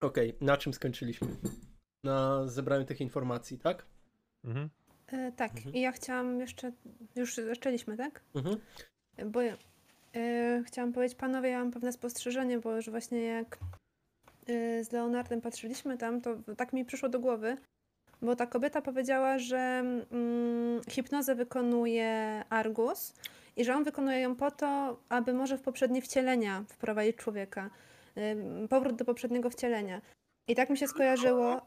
Okej, na czym skończyliśmy? Na zebraniu tych informacji, tak? Mhm. Tak, i ja chciałam jeszcze... Już zaczęliśmy, tak? Mhm. Bo chciałam powiedzieć, panowie, ja mam pewne spostrzeżenie, bo już właśnie jak z Leonardem patrzyliśmy tam, to tak mi przyszło do głowy, bo ta kobieta powiedziała, że hipnozę wykonuje Argus i że on wykonuje ją po to, aby może w poprzednie wcielenia wprowadzić człowieka. Powrót do poprzedniego wcielenia. I tak mi się skojarzyło,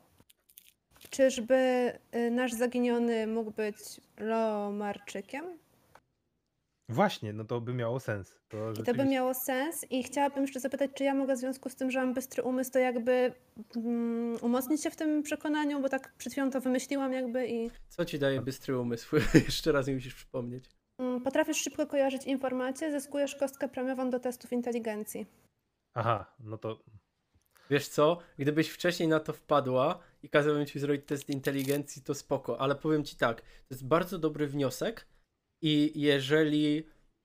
czyżby nasz zaginiony mógł być Lomarczykiem? Właśnie, no to by miało sens. To I to by rzeczywiście. miało sens i chciałabym jeszcze zapytać, czy ja mogę w związku z tym, że mam bystry umysł, to jakby umocnić się w tym przekonaniu, bo tak przed chwilą to wymyśliłam jakby i Co ci daje bystry umysł? Jeszcze raz mi musisz przypomnieć. potrafisz szybko kojarzyć informacje, zyskujesz kostkę premiową do testów inteligencji. Aha, no to Wiesz co? Gdybyś wcześniej na to wpadła i kazałbym ci zrobić test inteligencji, to spoko, ale powiem ci tak, to jest bardzo dobry wniosek i jeżeli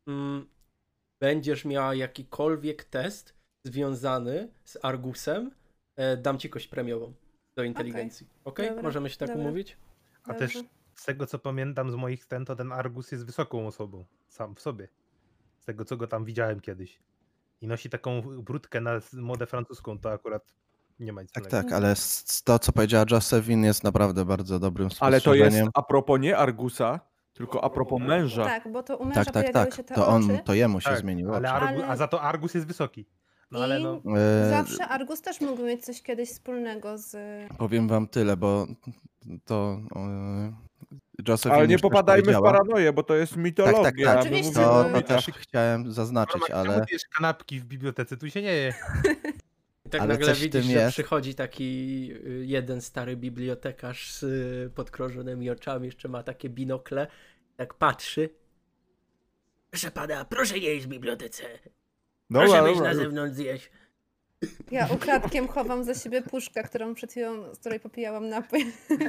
będziesz miała jakikolwiek test związany z Argusem, dam ci kość premiową do inteligencji. Okej? Dobra, Możemy się tak dobra. umówić? A Dobrze. też z tego, co pamiętam z moich scen, to ten Argus jest wysoką osobą, sam w sobie. Z tego, co go tam widziałem kiedyś. I nosi taką brudkę na modę francuską, to akurat nie ma nic Tak, wspólnego. tak, ale to, co powiedziała Josephine, jest naprawdę bardzo dobrym Ale to jest spostrzeżeniem. a propos nie Argusa, tylko a propos męża. Tak, bo to u męża Tak, pojawiały się tak. te To oczy. to jemu się Tak, zmieniło. ale Ale- a za to Argus jest wysoki. No ale no. Zawsze Argus też mógł mieć coś kiedyś wspólnego z... Powiem wam tyle, bo to Josephine Ale nie już też popadajmy w powiedziała. paranoję, bo to jest mitologia. tak. My Oczywiście, mówimy bo- o To mitach. też chciałem zaznaczyć, Czemu ale ty jesz kanapki w bibliotece? Tu się nie je. I tak Ale nagle coś w widzisz, tym że jest. przychodzi taki jeden stary bibliotekarz z podkrążonymi oczami, jeszcze ma takie binokle, tak patrzy. Proszę pana, proszę nie jeść w bibliotece. Proszę Dobra, wyjść dobra. na zewnątrz zjeść. Ja ukradkiem chowam za siebie puszkę, którą przed chwilą, z której popijałam napój.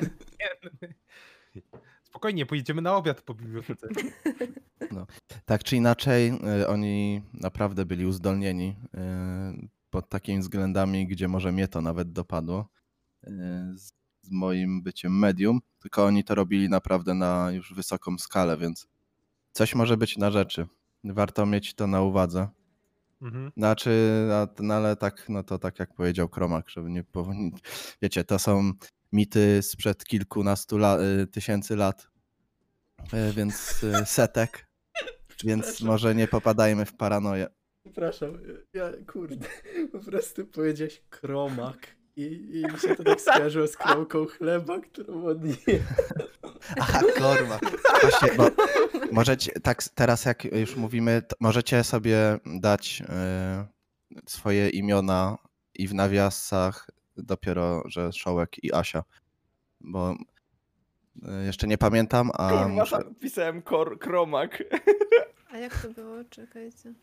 Spokojnie, pojedziemy na obiad po bibliotece. tak czy inaczej oni naprawdę byli uzdolnieni pod takimi względami, gdzie może mnie to nawet dopadło z moim byciem medium, tylko oni to robili naprawdę na już wysoką skalę, więc coś może być na rzeczy. Warto mieć to na uwadze. Mhm. Znaczy, no ale tak, no to tak jak powiedział Kromak, żeby nie wiecie, to są mity sprzed kilkunastu tysięcy lat, więc setek, więc Przepraszam. może nie popadajmy w paranoję. Przepraszam, ja kurde, po prostu powiedziałeś kromak i mi się to tak skojarzyło z kromką chleba, którą on je. Aha, kurwa. Właśnie, bo możecie, tak teraz jak już mówimy, to możecie sobie dać swoje imiona i w nawiasach dopiero, że Szołek i Asia, bo jeszcze nie pamiętam, a Kurwa, muszę... tam pisałem kromak. A jak to było? Czekajcie.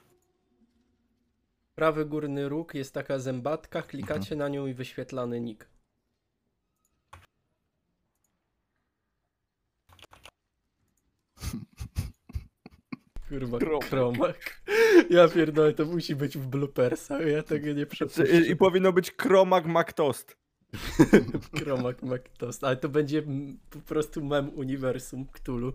Prawy górny róg jest taka zębatka, klikacie na nią i wyświetlany nick. Kurwa, kromak. Ja pierdolę, to musi być w bloopersach, ja tego nie przepuszczę. I powinno być kromak McToast. Kromak McToast, ale to będzie po prostu mem uniwersum Cthulhu.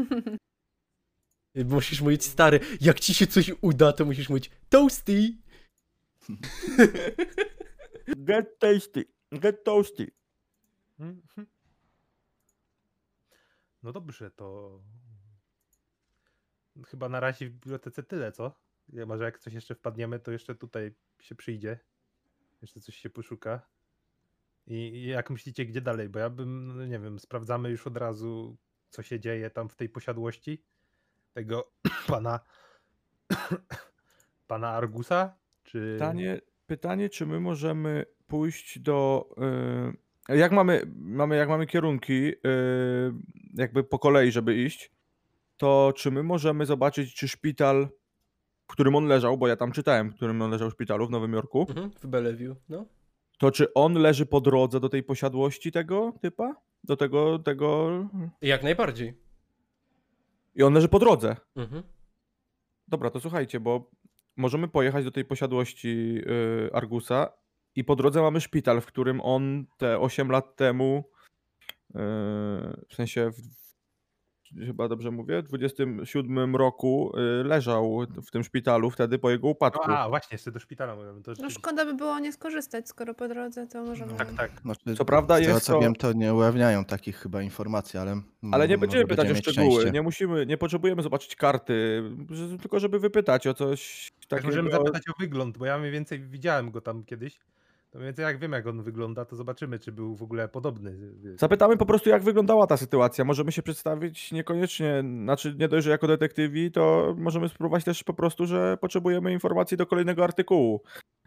Musisz mówić, stary, jak ci się coś uda, to musisz mówić toasty. Get tasty. Get toasty. Mhm. No dobrze, to chyba na razie w bibliotece tyle, co? Może jak coś jeszcze wpadniemy, to jeszcze tutaj się przyjdzie. Jeszcze coś się poszuka. I jak myślicie, gdzie dalej? Bo ja bym, no nie wiem, sprawdzamy już od razu, co się dzieje tam w tej posiadłości tego pana Argusa? Czy... Pytanie, czy my możemy pójść do... jak mamy kierunki, jakby po kolei, żeby iść, to czy my możemy zobaczyć, czy szpital, w którym on leżał, bo ja tam czytałem, w którym on leżał w szpitalu w Nowym Jorku, W Bellevue, no. to czy on leży po drodze do tej posiadłości tego typa? Do tego... Jak najbardziej. I on leży po drodze. Mhm. Dobra, to słuchajcie, bo możemy pojechać do tej posiadłości Argusa I po drodze mamy szpital, w którym on te 8 lat temu, w sensie chyba dobrze mówię, w 27 roku leżał w tym szpitalu wtedy po jego No, upadku. właśnie, jeszcze do szpitala mówiłem. To No rzeczywiście. szkoda by było nie skorzystać, skoro po drodze to możemy... Tak, tak. Znaczy, Co prawda z tego jest co to- wiem, to nie ujawniają takich chyba informacji, ale Ale nie może będziemy pytać o mieć szczegóły, szczęście. nie potrzebujemy zobaczyć karty, tylko żeby wypytać o coś Tak, takiego. możemy zapytać o wygląd, bo ja mniej więcej widziałem go tam kiedyś. To mniej więcej jak wiem, jak on wygląda, to zobaczymy, czy był w ogóle podobny. wiesz. Zapytamy po prostu, jak wyglądała ta sytuacja. Możemy się przedstawić niekoniecznie, znaczy nie dość, że jako detektywi, to możemy spróbować też po prostu, że potrzebujemy informacji do kolejnego artykułu.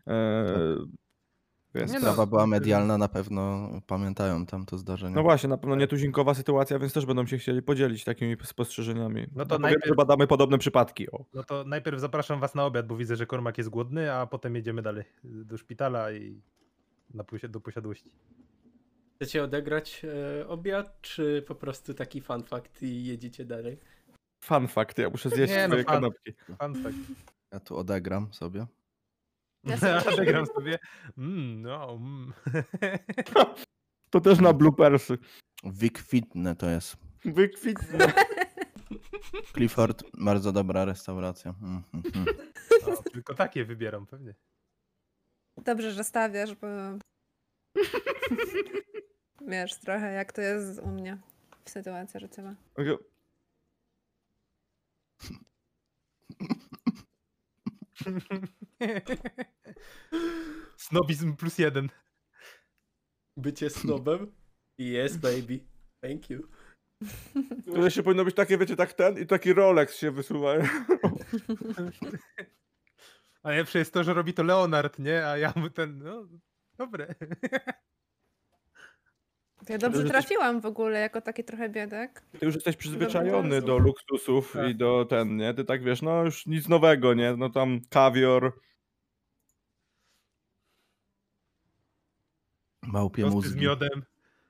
Więc Nie Sprawa no, była myślę, że- medialna, na pewno pamiętają tam to zdarzenie. no właśnie, na pewno nietuzinkowa sytuacja, więc też będą się chcieli podzielić takimi spostrzeżeniami. No to Powiemy, najpierw- że badamy podobne przypadki. O. No to najpierw zapraszam was na obiad, bo widzę, że Kormak jest głodny, a potem jedziemy dalej do szpitala i do posiadłości. Chcecie odegrać obiad, czy po prostu taki fun fact i jedziecie dalej? Fun fact, ja muszę zjeść Nie, no swoje fun. kanapki. Pan tak. Ja tu odegram sobie. Ja sobie też Odegram sobie. No. To też na bloopersy. Wykwitne to jest. Wykwitne. Clifford, bardzo dobra restauracja. O, tylko takie wybieram pewnie. Dobrze, że stawiasz, bo... Wiesz trochę, jak to jest u mnie w sytuacji życiowej. Snobizm +1. Bycie snobem? Yes, baby. Thank you. To jeszcze powinno być takie, wiecie, tak ten i taki Rolex się wysuwa. A najlepsze jest to, że robi to Leonard, nie? A ja mu ten, no, dobre. Ja dobrze Że coś- trafiłam w ogóle, jako taki trochę biedek. Ty już jesteś przyzwyczajony do pomysł. luksusów Tak. i do ten, nie? Ty tak wiesz, no już nic nowego, nie? No tam kawior. Małpie Tosty z mózgi. miodem.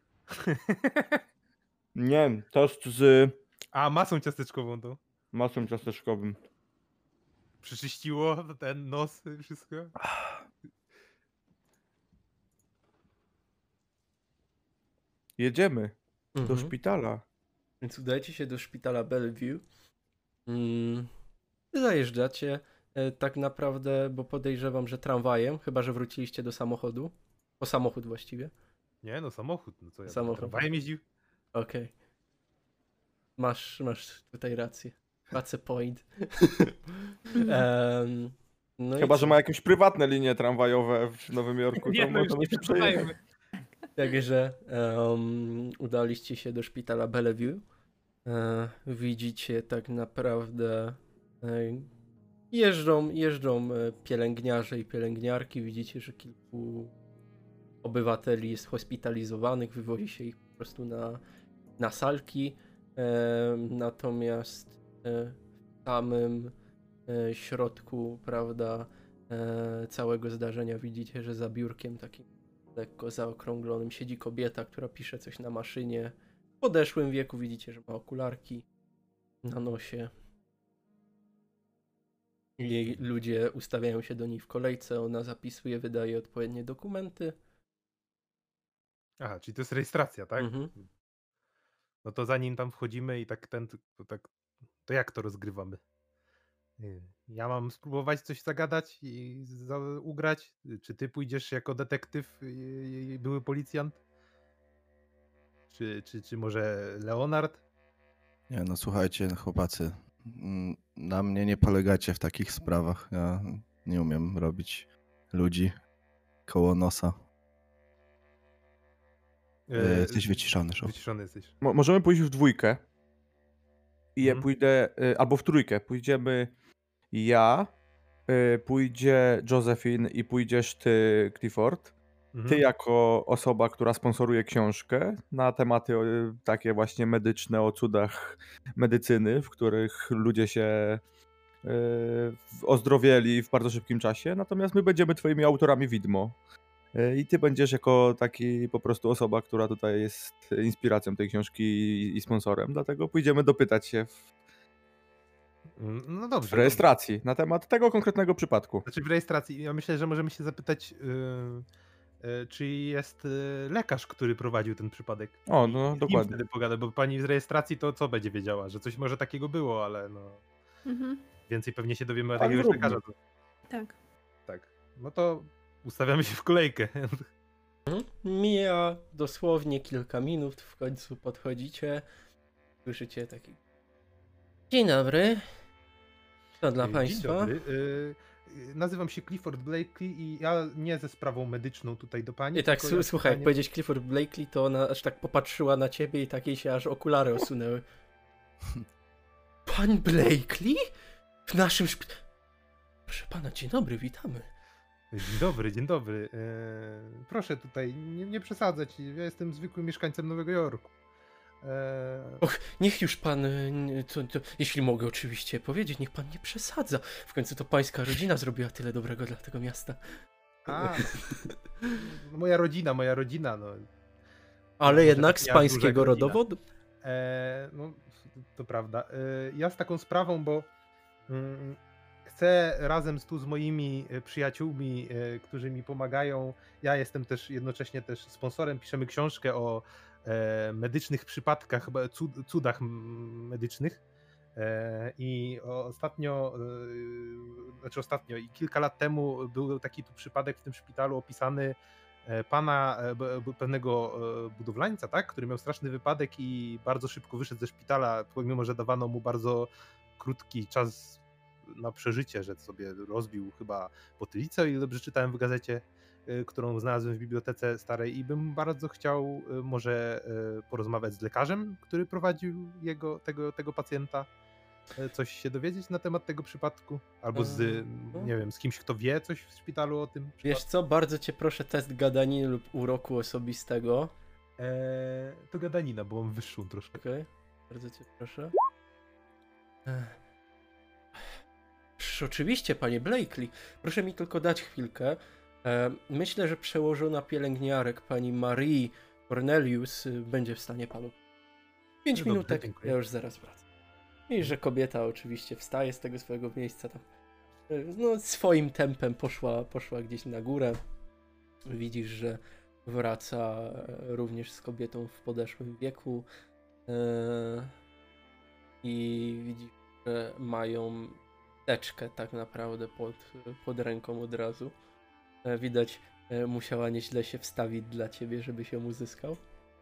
Nie, tost z A, masą ciasteczkową to. masłem ciasteczkowym. Przeczyściło ten nos, wszystko. Jedziemy do Mhm. szpitala. Więc udajcie się do szpitala Bellevue. Zajeżdżacie tak naprawdę, bo podejrzewam, że tramwajem, chyba że wróciliście do samochodu. Po samochód właściwie. Nie, no samochód. No co ja Samochód. tramwajem jeździł? Okej. Masz tutaj rację. That's a point. No i Chyba, co? że ma jakieś prywatne linie tramwajowe w Nowym Jorku, to no już możemy nie się przejechać. przekonajmy. Także udaliście się do szpitala Bellevue. Widzicie tak naprawdę jeżdżą pielęgniarze i pielęgniarki. Widzicie, że kilku obywateli jest hospitalizowanych, wywozi się ich po prostu na salki. Natomiast w samym środku, prawda, całego zdarzenia widzicie, że za biurkiem takim lekko zaokrąglonym siedzi kobieta, która pisze coś na maszynie. W podeszłym wieku widzicie, że ma okularki na nosie. I ludzie ustawiają się do niej w kolejce, ona zapisuje, wydaje odpowiednie dokumenty. Aha, czyli to jest rejestracja, tak? Mhm. No to zanim tam wchodzimy i to jak to rozgrywamy? Ja mam spróbować coś zagadać i ugrać? Czy ty pójdziesz jako detektyw i były policjant? Czy może Leonard? Nie, no słuchajcie, chłopacy, na mnie nie polegacie w takich sprawach. Ja nie umiem robić ludzi koło nosa. Jesteś wyciszony, Szop. Wyciszony jesteś. Możemy pójść w dwójkę. I ja Mhm. pójdę, albo w trójkę. Pójdziemy ja, pójdzie Josephine i pójdziesz ty, Clifford. Ty Mhm. jako osoba, która sponsoruje książkę na tematy takie właśnie medyczne, o cudach medycyny, w których ludzie się ozdrowieli w bardzo szybkim czasie. Natomiast my będziemy twoimi autorami widmo. I ty będziesz jako taki po prostu osoba, która tutaj jest inspiracją tej książki i sponsorem. Dlatego pójdziemy dopytać się No w dobrze. rejestracji na temat tego konkretnego przypadku. Znaczy w rejestracji. Ja myślę, że możemy się zapytać czy jest lekarz, który prowadził ten przypadek. O, I no z nim dokładnie. wtedy pogadać, bo pani z rejestracji to co będzie wiedziała, że coś może takiego było, ale no Mhm. więcej pewnie się dowiemy od Tak, jakiegoś zróbmy. lekarza. Tak. Tak. No to ustawiamy się w kolejkę. Mija dosłownie kilka minut, w końcu podchodzicie. Słyszycie taki... Dzień dobry. Co dla Dzień państwa? dobry. Nazywam się Clifford Blakely i ja nie ze sprawą medyczną tutaj do pani. I tak, tylko ja słuchaj, jak pytanie- powiedzieć Clifford Blakely, to ona aż tak popatrzyła na ciebie i takiej się aż okulary osunęły. Pan Blakely? W naszym Proszę pana, dzień dobry, witamy. Dzień dobry, dzień dobry. Proszę tutaj nie przesadzać. Ja jestem zwykłym mieszkańcem Nowego Jorku. Niech już pan, jeśli mogę oczywiście powiedzieć, niech pan nie przesadza. W końcu to pańska rodzina zrobiła tyle dobrego dla tego miasta. A, no, moja rodzina, no. Ale Może jednak tak z nie aż pańskiego dużego rodzina. rodowodu. No, to prawda. Ja z taką sprawą, bo chcę razem z moimi przyjaciółmi, którzy mi pomagają. Ja jestem też jednocześnie też sponsorem, piszemy książkę o medycznych przypadkach, cudach medycznych. I ostatnio i kilka lat temu był taki tu przypadek w tym szpitalu opisany pana, pewnego budowlańca, tak, który miał straszny wypadek i bardzo szybko wyszedł ze szpitala, pomimo że dawano mu bardzo krótki czas na przeżycie, że sobie rozbił chyba potylicę, o ile dobrze czytałem w gazecie, którą znalazłem w bibliotece starej, i bym bardzo chciał może porozmawiać z lekarzem, który prowadził tego pacjenta, coś się dowiedzieć na temat tego przypadku, albo nie wiem, z kimś, kto wie coś w szpitalu o tym Wiesz przypadku. co, bardzo cię proszę, test gadaniny lub uroku osobistego. To gadanina, bo mam wyższą troszkę. Okej, bardzo cię proszę. Oczywiście, panie Blakely. Proszę mi tylko dać chwilkę. Myślę, że przełożona pielęgniarek pani Marie Cornelius będzie w stanie panu. 5 Dobrze, minutek, dziękuję. ja już zaraz wracam. I że kobieta oczywiście wstaje z tego swojego miejsca tam. No, swoim tempem poszła gdzieś na górę. Widzisz, że wraca również z kobietą w podeszłym wieku. I widzisz, że mają teczkę tak naprawdę pod ręką od razu. Widać, musiała nieźle się wstawić dla ciebie, żeby się uzyskał.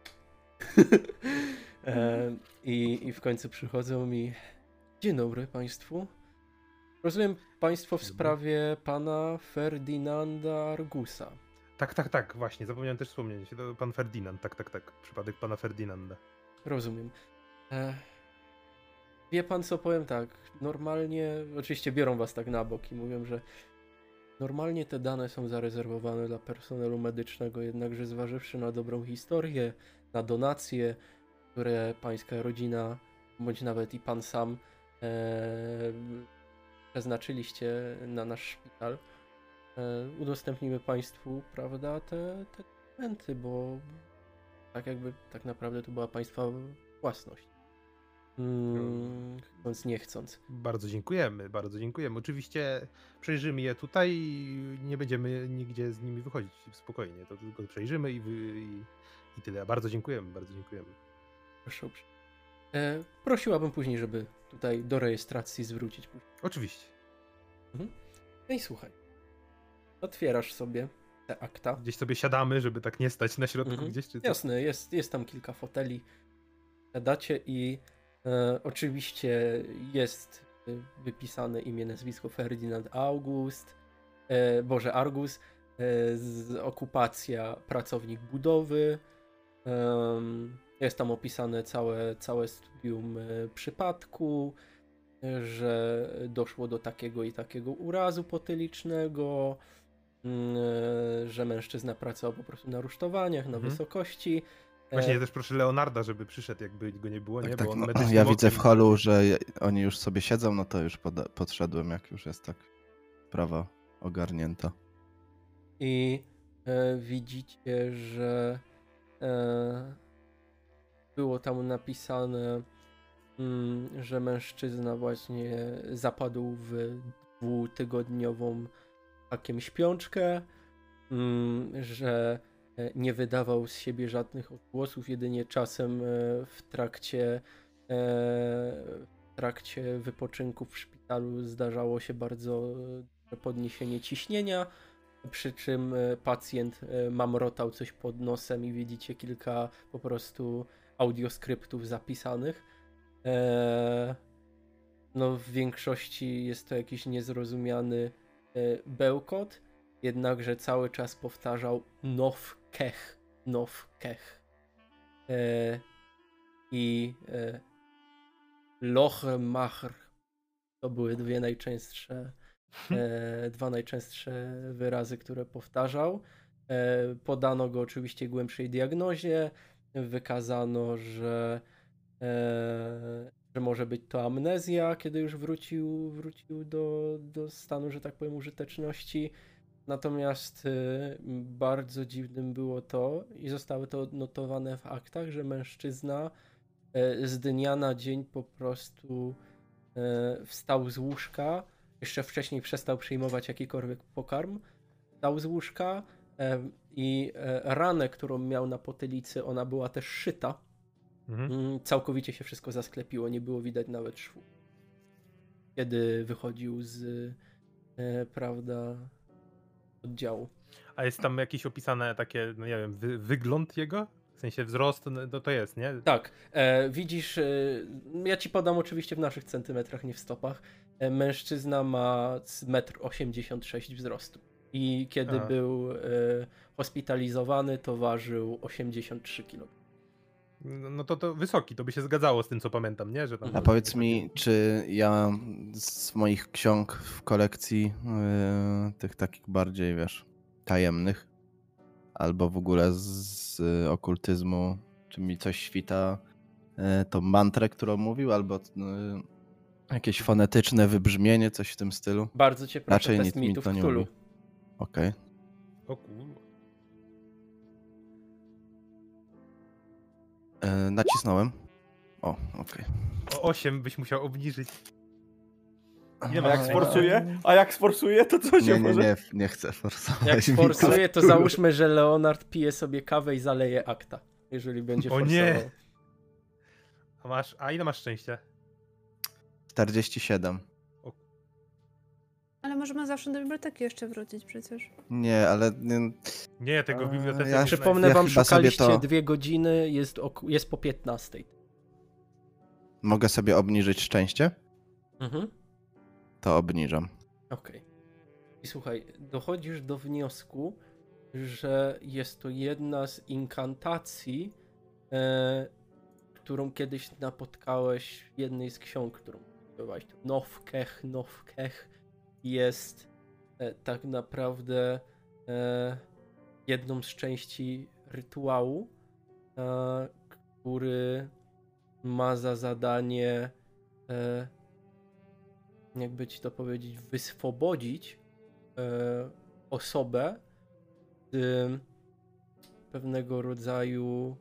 I w końcu przychodzą mi... Dzień dobry państwu. Rozumiem państwo w Dobry. sprawie pana Ferdynanda Argusa. Tak, właśnie, zapomniałem też wspomnieć, to pan Ferdynand, tak, przypadek pana Ferdynanda. Rozumiem. Wie pan co, powiem tak, normalnie, oczywiście biorą was tak na bok i mówią, że normalnie te dane są zarezerwowane dla personelu medycznego, jednakże zważywszy na dobrą historię, na donacje, które pańska rodzina, bądź nawet i pan sam przeznaczyliście na nasz szpital, udostępnimy państwu, prawda, te dokumenty, bo tak naprawdę to była państwa własność. Chcąc nie chcąc. Bardzo dziękujemy. Oczywiście przejrzymy je tutaj i nie będziemy nigdzie z nimi wychodzić spokojnie, to tylko przejrzymy i tyle. Bardzo dziękujemy. Proszę uprzejmie. Prosiłabym później, żeby tutaj do rejestracji zwrócić później. Oczywiście. No i słuchaj. Otwierasz sobie te akta. Gdzieś sobie siadamy, żeby tak nie stać na środku gdzieś, czy co? Jasne, jest tam kilka foteli. Siadacie i oczywiście jest wypisane imię, nazwisko Ferdynand Argus, okupacja pracownik budowy. Jest tam opisane całe studium przypadku, że doszło do takiego i takiego urazu potylicznego, że mężczyzna pracował po prostu na rusztowaniach, na wysokości. Właśnie ja też proszę Leonarda, żeby przyszedł, jakby go nie było, nie? Tak, Bo on no, medycznym ja widzę w okiem- holu, że oni już sobie siedzą, no to już podszedłem, jak już jest tak sprawa ogarnięta. I widzicie, że było tam napisane, że mężczyzna właśnie zapadł w 2-tygodniową taką śpiączkę. że nie wydawał z siebie żadnych odgłosów, jedynie czasem w trakcie wypoczynku w szpitalu zdarzało się bardzo duże podniesienie ciśnienia, przy czym pacjent mamrotał coś pod nosem i widzicie kilka po prostu audioskryptów zapisanych. No w większości jest to jakiś niezrozumiany bełkot, jednakże cały czas powtarzał Nofkech, Nofkech. I Lochmacher to były dwa najczęstsze wyrazy, które powtarzał. Podano go oczywiście głębszej diagnozie, wykazano, że może być to amnezja, kiedy już wrócił do stanu, że tak powiem, użyteczności. Natomiast bardzo dziwnym było to, i zostały to odnotowane w aktach, że mężczyzna z dnia na dzień po prostu wstał z łóżka, jeszcze wcześniej przestał przyjmować jakikolwiek pokarm, wstał z łóżka i ranę, którą miał na potylicy, ona była też szyta. Całkowicie się wszystko zasklepiło, nie było widać nawet szwu. Kiedy wychodził z prawda, oddziału. A jest tam jakieś opisane takie, no nie wiem, wygląd jego? W sensie wzrost, no to jest, nie? Tak, widzisz, ja ci podam oczywiście w naszych centymetrach, nie w stopach. Mężczyzna ma 1,86 m wzrostu. I kiedy był hospitalizowany, to ważył 83 kg. No to wysoki, to by się zgadzało z tym, co pamiętam, nie? Że tam A powiedz mi, czy ja z moich ksiąg w kolekcji tych takich bardziej, wiesz, tajemnych, albo w ogóle z okultyzmu, czy mi coś świta, tą mantrę, którą mówił, albo jakieś fonetyczne wybrzmienie, coś w tym stylu? Bardzo cię proszę, Raczej test nic mi mitów to nie Cthulhu. mówi. Okej. O kurwa. Nacisnąłem. O, okej. O 8 byś musiał obniżyć. Nie A ma jak sensu. sforsuje? A jak sforsuje, to co się może? Nie chcę forsować. Jak sforsuje, to załóżmy, że Leonard pije sobie kawę i zaleje akta, jeżeli będzie O forsował. nie! A ile masz szczęścia? 47. Ale możemy zawsze do biblioteki jeszcze wrócić przecież. Nie, ale Nie, tego w bibliotece ja nie Przypomnę Ja wam, chyba sobie szukaliście to- 2 godziny, jest po 15. mogę sobie obniżyć szczęście? Mhm. To obniżam. Okej. I słuchaj, dochodzisz do wniosku, że jest to jedna z inkantacji, którą kiedyś napotkałeś w jednej z ksiąg, którą byłaś. Nofkech jest tak naprawdę jedną z części rytuału, który ma za zadanie jakby ci to powiedzieć, wyswobodzić osobę z pewnego rodzaju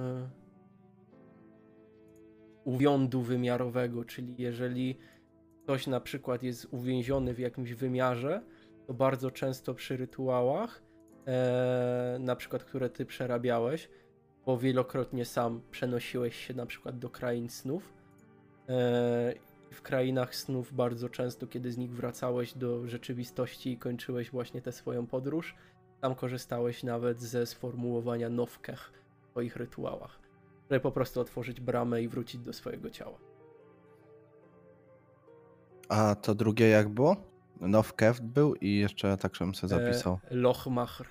uwiądu wymiarowego, czyli jeżeli ktoś na przykład jest uwięziony w jakimś wymiarze, to bardzo często przy rytuałach, na przykład które ty przerabiałeś, bo wielokrotnie sam przenosiłeś się na przykład do krain snów, w krainach snów bardzo często, kiedy z nich wracałeś do rzeczywistości i kończyłeś właśnie tę swoją podróż, tam korzystałeś nawet ze sformułowania Nofkech w swoich rytuałach, żeby po prostu otworzyć bramę i wrócić do swojego ciała. A to drugie jak było? Nofkeft był i jeszcze tak, żebym sobie zapisał. Lochmacher.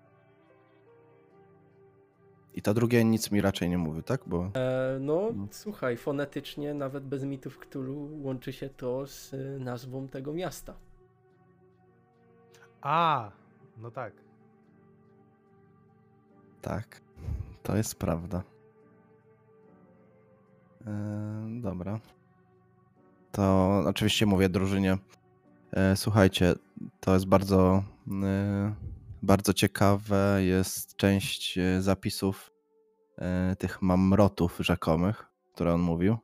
I to drugie nic mi raczej nie mówi, tak? Bo No, słuchaj, fonetycznie nawet bez mitów Cthulhu łączy się to z nazwą tego miasta. No tak. tak, to jest prawda. Dobra. To oczywiście mówię drużynie. Słuchajcie, to jest bardzo ciekawe. Jest część zapisów tych mamrotów rzekomych, które on mówił.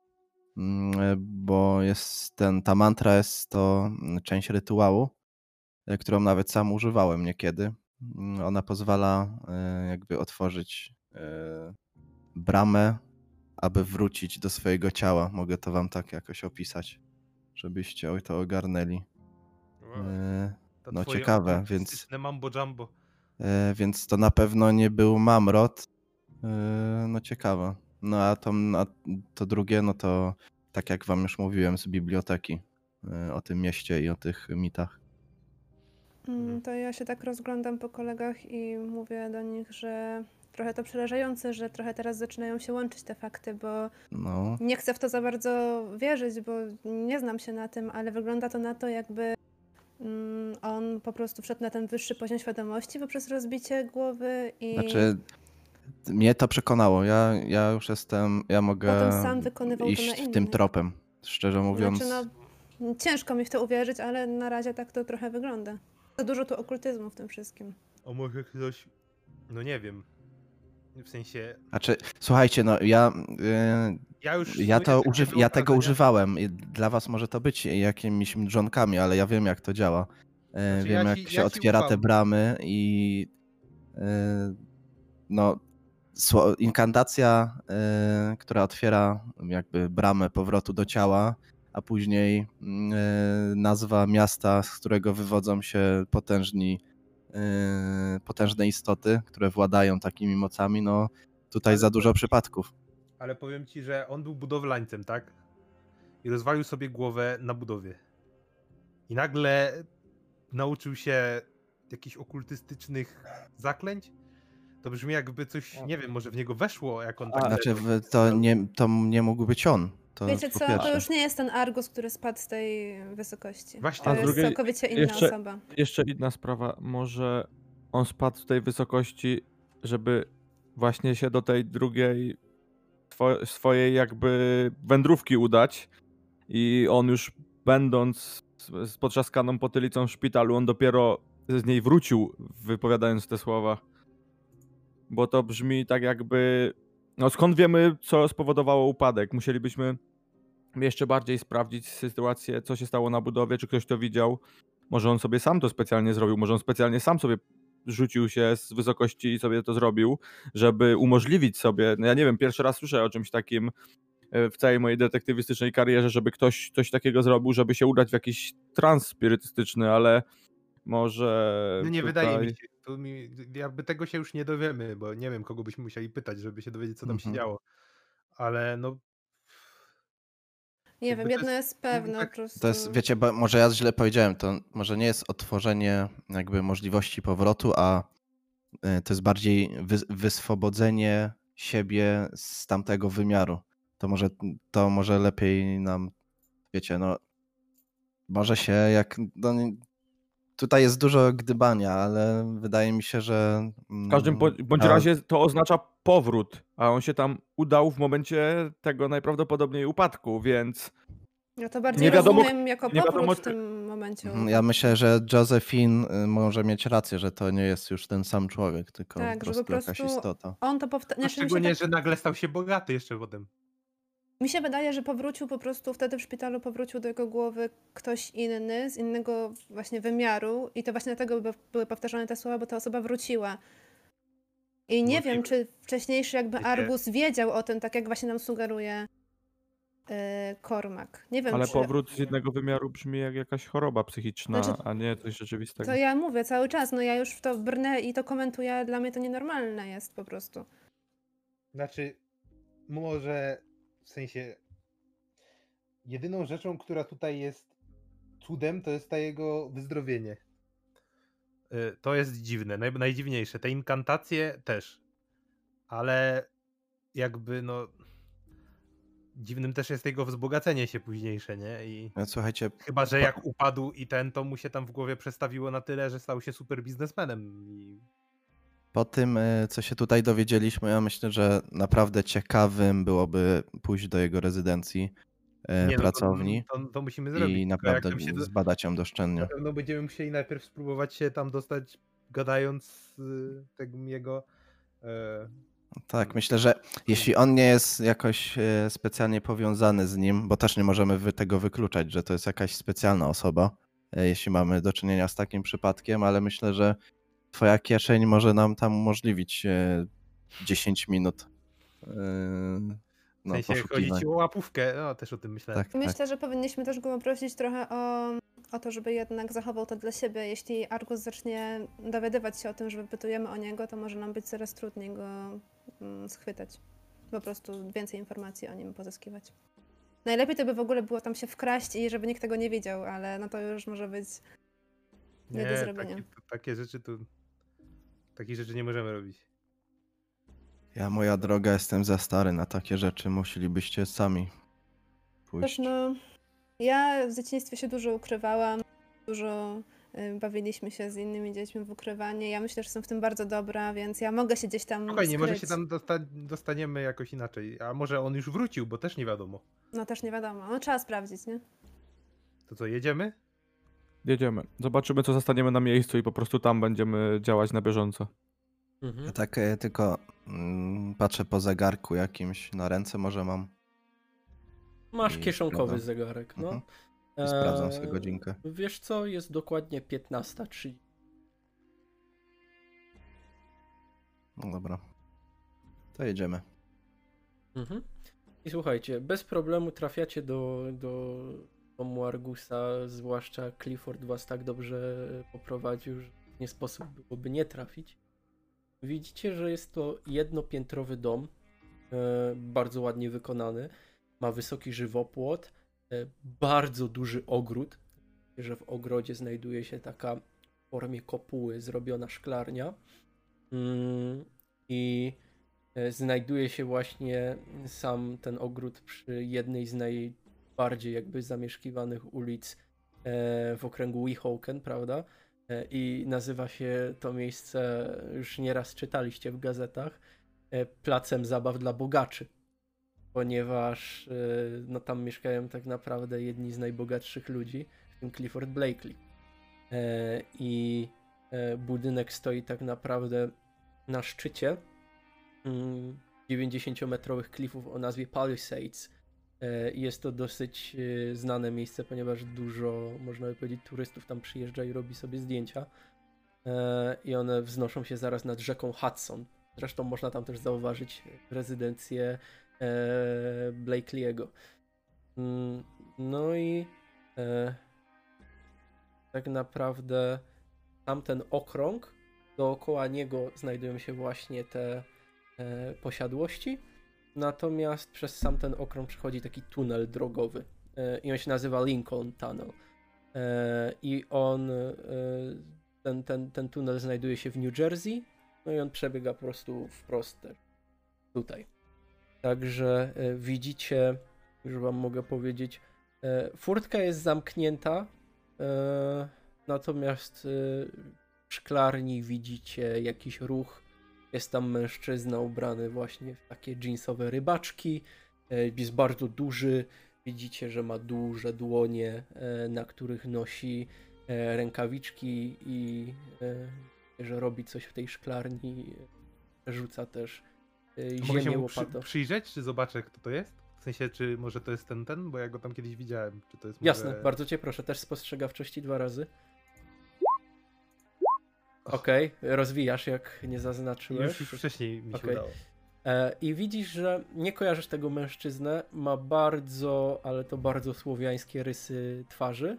Bo ta mantra jest to część rytuału, którą nawet sam używałem niekiedy. Ona pozwala jakby otworzyć bramę, aby wrócić do swojego ciała. Mogę to wam tak jakoś opisać, żebyście to ogarnęli. To No twoje ciekawe, okultystyczne mambo jumbo. więc to na pewno nie był mamrot. No ciekawe. No a to drugie, no to tak jak wam już mówiłem z biblioteki o tym mieście i o tych mitach. To ja się tak rozglądam po kolegach i mówię do nich, że trochę to przerażające, że trochę teraz zaczynają się łączyć te fakty, bo No, nie chcę w to za bardzo wierzyć, bo nie znam się na tym, ale wygląda to na to, jakby on po prostu wszedł na ten wyższy poziom świadomości poprzez rozbicie głowy i znaczy mnie to przekonało. Ja już jestem, ja mogę potem sam wykonywał to na iść innych. tym tropem. Szczerze mówiąc, Znaczy, no, ciężko mi w to uwierzyć, ale na razie tak to trochę wygląda. Za dużo tu okultyzmu w tym wszystkim. O może ktoś... No nie wiem. W sensie... znaczy, słuchajcie, no ja Ja ja tego używałem. I dla was może to być jakimiś mrzonkami, ale ja wiem jak to działa. Znaczy, Wiem jak się otwiera te ufam. bramy i no inkantacja, która otwiera jakby bramę powrotu do ciała, a później nazwa miasta, z którego wywodzą się potężne istoty, które władają takimi mocami, no tutaj Ale za to- dużo przypadków. Ale powiem ci, że on był budowlańcem, tak? I rozwalił sobie głowę na budowie. I nagle nauczył się jakichś okultystycznych zaklęć. To brzmi jakby coś, nie wiem, może w niego weszło, jak on tak... Znaczy to nie mógł być on. To Wiecie po co, pierwsze. to już nie jest ten Argus, który spadł z tej wysokości. Właśnie, To a z jest drugiej całkowicie inna jeszcze- osoba. Jeszcze inna sprawa, może on spadł z tej wysokości, żeby właśnie się do tej drugiej swojej jakby wędrówki udać i on już będąc z potrzaskaną potylicą w szpitalu, on dopiero z niej wrócił, wypowiadając te słowa. Bo to brzmi tak jakby... No skąd wiemy, co spowodowało upadek? Musielibyśmy jeszcze bardziej sprawdzić sytuację, co się stało na budowie, czy ktoś to widział. Może on sobie sam to specjalnie zrobił, może on specjalnie sam sobie rzucił się z wysokości i sobie to zrobił, żeby umożliwić sobie, no ja nie wiem, pierwszy raz słyszę o czymś takim w całej mojej detektywistycznej karierze, żeby ktoś coś takiego zrobił, żeby się udać w jakiś trans spirytystyczny, ale może No nie tutaj... wydaje mi się. Jakby tego się już nie dowiemy, bo nie wiem, kogo byśmy musieli pytać, żeby się dowiedzieć, co tam się działo. Ale no... Nie jakby wiem, to jedno jest- jest pewne, tak- po prostu. To jest, wiecie, bo może ja źle powiedziałem, to może nie jest otworzenie jakby możliwości powrotu, a to jest bardziej wyswobodzenie siebie z tamtego wymiaru. To może lepiej nam, wiecie, no może się jak... No, tutaj jest dużo gdybania, ale wydaje mi się, że... W każdym bądź razie to oznacza powrót, a on się tam udał w momencie tego najprawdopodobniej upadku, więc Ja to bardziej nie wiadomo, rozumiem jako nie powrót wiadomo, w tym momencie. Ja myślę, że Josephine może mieć rację, że to nie jest już ten sam człowiek, tylko Tak, po że prostu po jakaś prostu istota. On to powtarza. Szczególnie, że nagle stał się bogaty jeszcze potem. Mi się wydaje, że powrócił po prostu, wtedy w szpitalu powrócił do jego głowy ktoś inny, z innego właśnie wymiaru i to właśnie dlatego były powtarzane te słowa, bo ta osoba wróciła. I nie wiem, czy wcześniejszy jakby Wiecie- Argus wiedział o tym, tak jak właśnie nam sugeruje Cormac. Nie wiem, ale czy... powrót z jednego wymiaru brzmi jak jakaś choroba psychiczna, Znaczy, a nie coś rzeczywistego. To ja mówię cały czas, no ja już w to brnę i to komentuję, dla mnie to nienormalne jest po prostu. Znaczy, może w sensie jedyną rzeczą, która tutaj jest cudem, to jest ta jego wyzdrowienie. To jest dziwne, najdziwniejsze. Te inkantacje też. Ale jakby no dziwnym też jest jego wzbogacenie się późniejsze, nie? I No, słuchajcie, chyba, że jak upadł i to mu się tam w głowie przestawiło na tyle, że stał się super biznesmenem. po tym, co się tutaj dowiedzieliśmy, ja myślę, że naprawdę ciekawym byłoby pójść do jego rezydencji, Nie, no pracowni to musimy zrobić. i tylko naprawdę jak tam się zbadać ją doszczętnie. Na pewno będziemy musieli najpierw spróbować się tam dostać, gadając z tym jego... Tak, myślę, że jeśli on nie jest jakoś specjalnie powiązany z nim, bo też nie możemy tego wykluczać, że to jest jakaś specjalna osoba, jeśli mamy do czynienia z takim przypadkiem, ale myślę, że twoja kieszeń może nam tam umożliwić 10 minut W no, sensie chodzi poszukiwań. ci o łapówkę, no też o tym myślałem. Tak, tak. Myślę, że powinniśmy też go poprosić trochę o to, żeby jednak zachował to dla siebie. Jeśli Argus zacznie dowiadywać się o tym, że wypytujemy o niego, to może nam być coraz trudniej go schwytać. Po prostu więcej informacji o nim pozyskiwać. Najlepiej to by w ogóle było tam się wkraść i żeby nikt tego nie wiedział, ale no to już może być nie do zrobienia. Takie rzeczy to... Takich rzeczy nie możemy robić. Ja, moja droga, jestem za stary na takie rzeczy. Musielibyście sami pójść. Też no, ja w dzieciństwie się dużo ukrywałam, dużo bawiliśmy się z innymi dziećmi w ukrywanie. Ja myślę, że jestem w tym bardzo dobra, więc ja mogę się gdzieś tam Spokojnie, może się skryć. tam dostaniemy jakoś inaczej. A może on już wrócił, bo też nie wiadomo. No też nie wiadomo, no trzeba sprawdzić, nie? To co, jedziemy? Jedziemy. Zobaczymy, co zostaniemy na miejscu i po prostu tam będziemy działać na bieżąco. Mhm. Ja tak tylko patrzę po zegarku jakimś na ręce, może mam. Masz I kieszonkowy sprawdzam. zegarek, no. Mhm. I sprawdzam sobie godzinkę. Wiesz co, jest dokładnie 15:30. No dobra. To jedziemy. Mhm. I słuchajcie, bez problemu trafiacie do domu Argusa, zwłaszcza Clifford was tak dobrze poprowadził, że nie sposób byłoby nie trafić. Widzicie, że jest to jednopiętrowy dom, bardzo ładnie wykonany, ma wysoki żywopłot, bardzo duży ogród, że w ogrodzie znajduje się taka w formie kopuły zrobiona szklarnia i znajduje się właśnie sam ten ogród przy jednej z najbardziej jakby zamieszkiwanych ulic w okręgu Weehawken, prawda? I nazywa się to miejsce, już nieraz czytaliście w gazetach, placem zabaw dla bogaczy, ponieważ no, tam mieszkają tak naprawdę jedni z najbogatszych ludzi, w tym Clifford Blakely. I budynek stoi tak naprawdę na szczycie 90-metrowych klifów o nazwie Palisades. Jest to dosyć znane miejsce, ponieważ dużo, można by powiedzieć, turystów tam przyjeżdża i robi sobie zdjęcia. I one wznoszą się zaraz nad rzeką Hudson. Zresztą można tam też zauważyć rezydencję Blakely'ego. No i tak naprawdę tamten okrąg, dookoła niego znajdują się właśnie te posiadłości, natomiast przez sam ten okrąg przechodzi taki tunel drogowy i on się nazywa Lincoln Tunnel i on, ten tunel znajduje się w New Jersey, no i on przebiega po prostu wprost też tutaj. Także widzicie, już wam mogę powiedzieć, furtka jest zamknięta, natomiast w szklarni widzicie jakiś ruch. Jest tam mężczyzna ubrany właśnie w takie jeansowe rybaczki. Jest bardzo duży. Widzicie, że ma duże dłonie, na których nosi rękawiczki i że robi coś w tej szklarni. Rzuca też Mogę się ziemię mu łopatą. przyjrzeć, czy zobaczę, kto to jest? W sensie, czy może to jest ten, bo ja go tam kiedyś widziałem. Czy to jest Jasne, może... bardzo cię proszę. Też spostrzegawczości 2 razy. Okej, rozwijasz, jak nie zaznaczyłeś. Już wcześniej mi się Okej. udało. I widzisz, że nie kojarzysz tego mężczyznę. Ma bardzo, ale to bardzo słowiańskie rysy twarzy.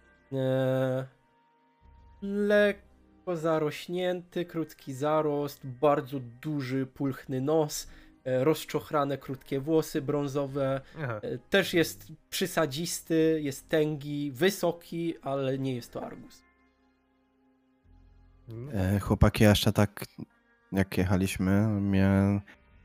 Lekko zarośnięty, krótki zarost, bardzo duży, pulchny nos, rozczochrane, krótkie włosy brązowe. Aha. Też jest przysadzisty, jest tęgi, wysoki, ale nie jest to Argus. No. Chłopaki, jeszcze tak jak jechaliśmy, mnie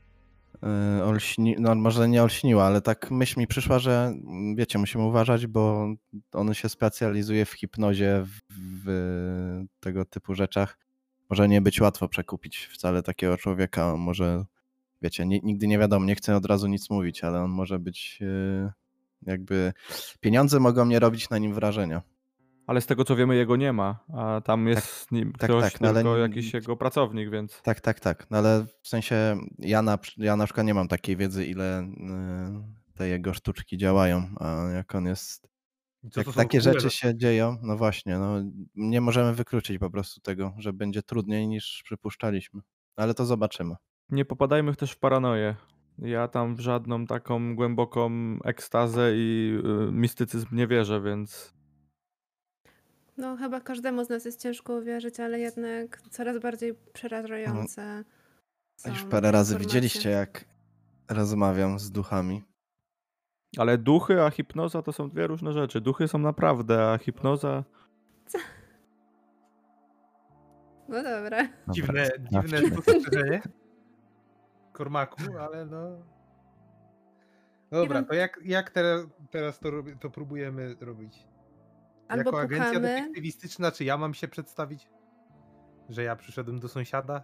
no może nie olśniła, ale tak myśl mi przyszła, że wiecie, musimy uważać, bo on się specjalizuje w hipnozie, w tego typu rzeczach. Może nie być łatwo przekupić wcale takiego człowieka. On może, wiecie, nigdy nie wiadomo, nie chcę od razu nic mówić, ale on może być jakby... Pieniądze mogą nie robić na nim wrażenia. Ale z tego co wiemy, jego nie ma, a tam jest z nim ktoś, tak, no ale tylko nie- jakiś jego pracownik, więc... Tak. No ale w sensie ja na przykład nie mam takiej wiedzy, ile te jego sztuczki działają, a jak on jest I co Jak to są takie w ogóle rzeczy się dzieją, no właśnie, no nie możemy wykluczyć po prostu tego, że będzie trudniej niż przypuszczaliśmy. Ale to zobaczymy. Nie popadajmy też w paranoję. Ja tam w żadną taką głęboką ekstazę i mistycyzm nie wierzę, więc No chyba każdemu z nas jest ciężko uwierzyć, ale jednak coraz bardziej przerażające są Już parę razy informacje. widzieliście, jak rozmawiam z duchami. ale duchy a hipnoza to są dwie różne rzeczy. Duchy są naprawdę, a hipnoza... No dobra. Dziwne sprawdźmy. spostrzeżenie. Kormaku, ale no... Dobra, wiem. to jak teraz to próbujemy robić? Albo Jako agencja pukamy. detektywistyczna, czy ja mam się przedstawić? Że ja przyszedłem do sąsiada?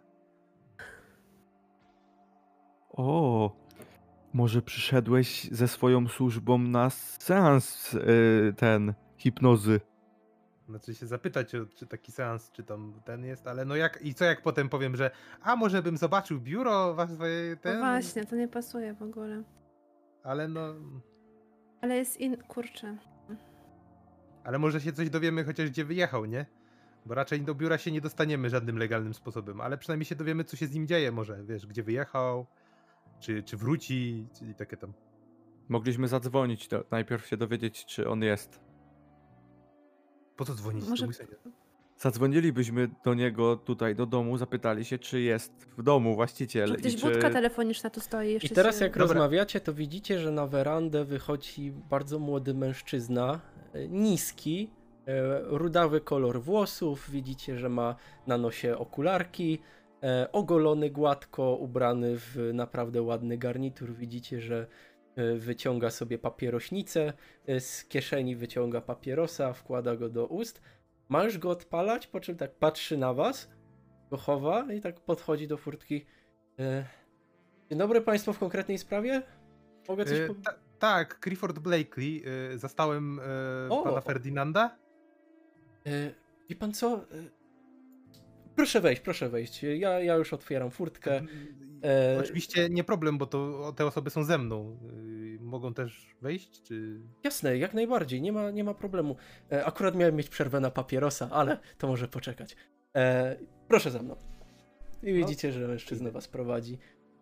O, może przyszedłeś ze swoją służbą na seans hipnozy. Znaczy się zapytać, czy taki seans, czy tam ten jest, ale no jak potem powiem, że może bym zobaczył biuro was No ten, właśnie, to nie pasuje w ogóle. ale no, Ale jest kurczę. ale może się coś dowiemy chociaż gdzie wyjechał, nie? Bo raczej do biura się nie dostaniemy żadnym legalnym sposobem, ale przynajmniej się dowiemy, co się z nim dzieje może, wiesz, gdzie wyjechał, czy wróci, czyli takie tam. Mogliśmy zadzwonić, najpierw się dowiedzieć, czy on jest. Po co dzwonić? Może- To mój sąsiad. Zadzwonilibyśmy do niego tutaj do domu, zapytali się, czy jest w domu właściciel Że i gdzieś czy... budka telefoniczna tu stoi jeszcze I teraz się... jak Dobra. rozmawiacie, to widzicie, że na werandę wychodzi bardzo młody mężczyzna, niski, rudawy kolor włosów, widzicie, że ma na nosie okularki, ogolony gładko, ubrany w naprawdę ładny garnitur, widzicie, że wyciąga sobie papierośnicę, z kieszeni wyciąga papierosa, wkłada go do ust, ma już go odpalać, po czym tak patrzy na was, go chowa i tak podchodzi do furtki. Dzień dobry państwo, w konkretnej sprawie? Mogę coś powiedzieć? Tak, Clifford Blakely, zastałem O! pana Ferdynanda. Wie pan co? Proszę wejść. Ja już otwieram furtkę. Oczywiście nie problem, bo te osoby są ze mną. Mogą też wejść, czy... Jasne, jak najbardziej, nie ma problemu. Akurat miałem mieć przerwę na papierosa, ale to może poczekać. Proszę za mną. I widzicie, że mężczyzna was prowadzi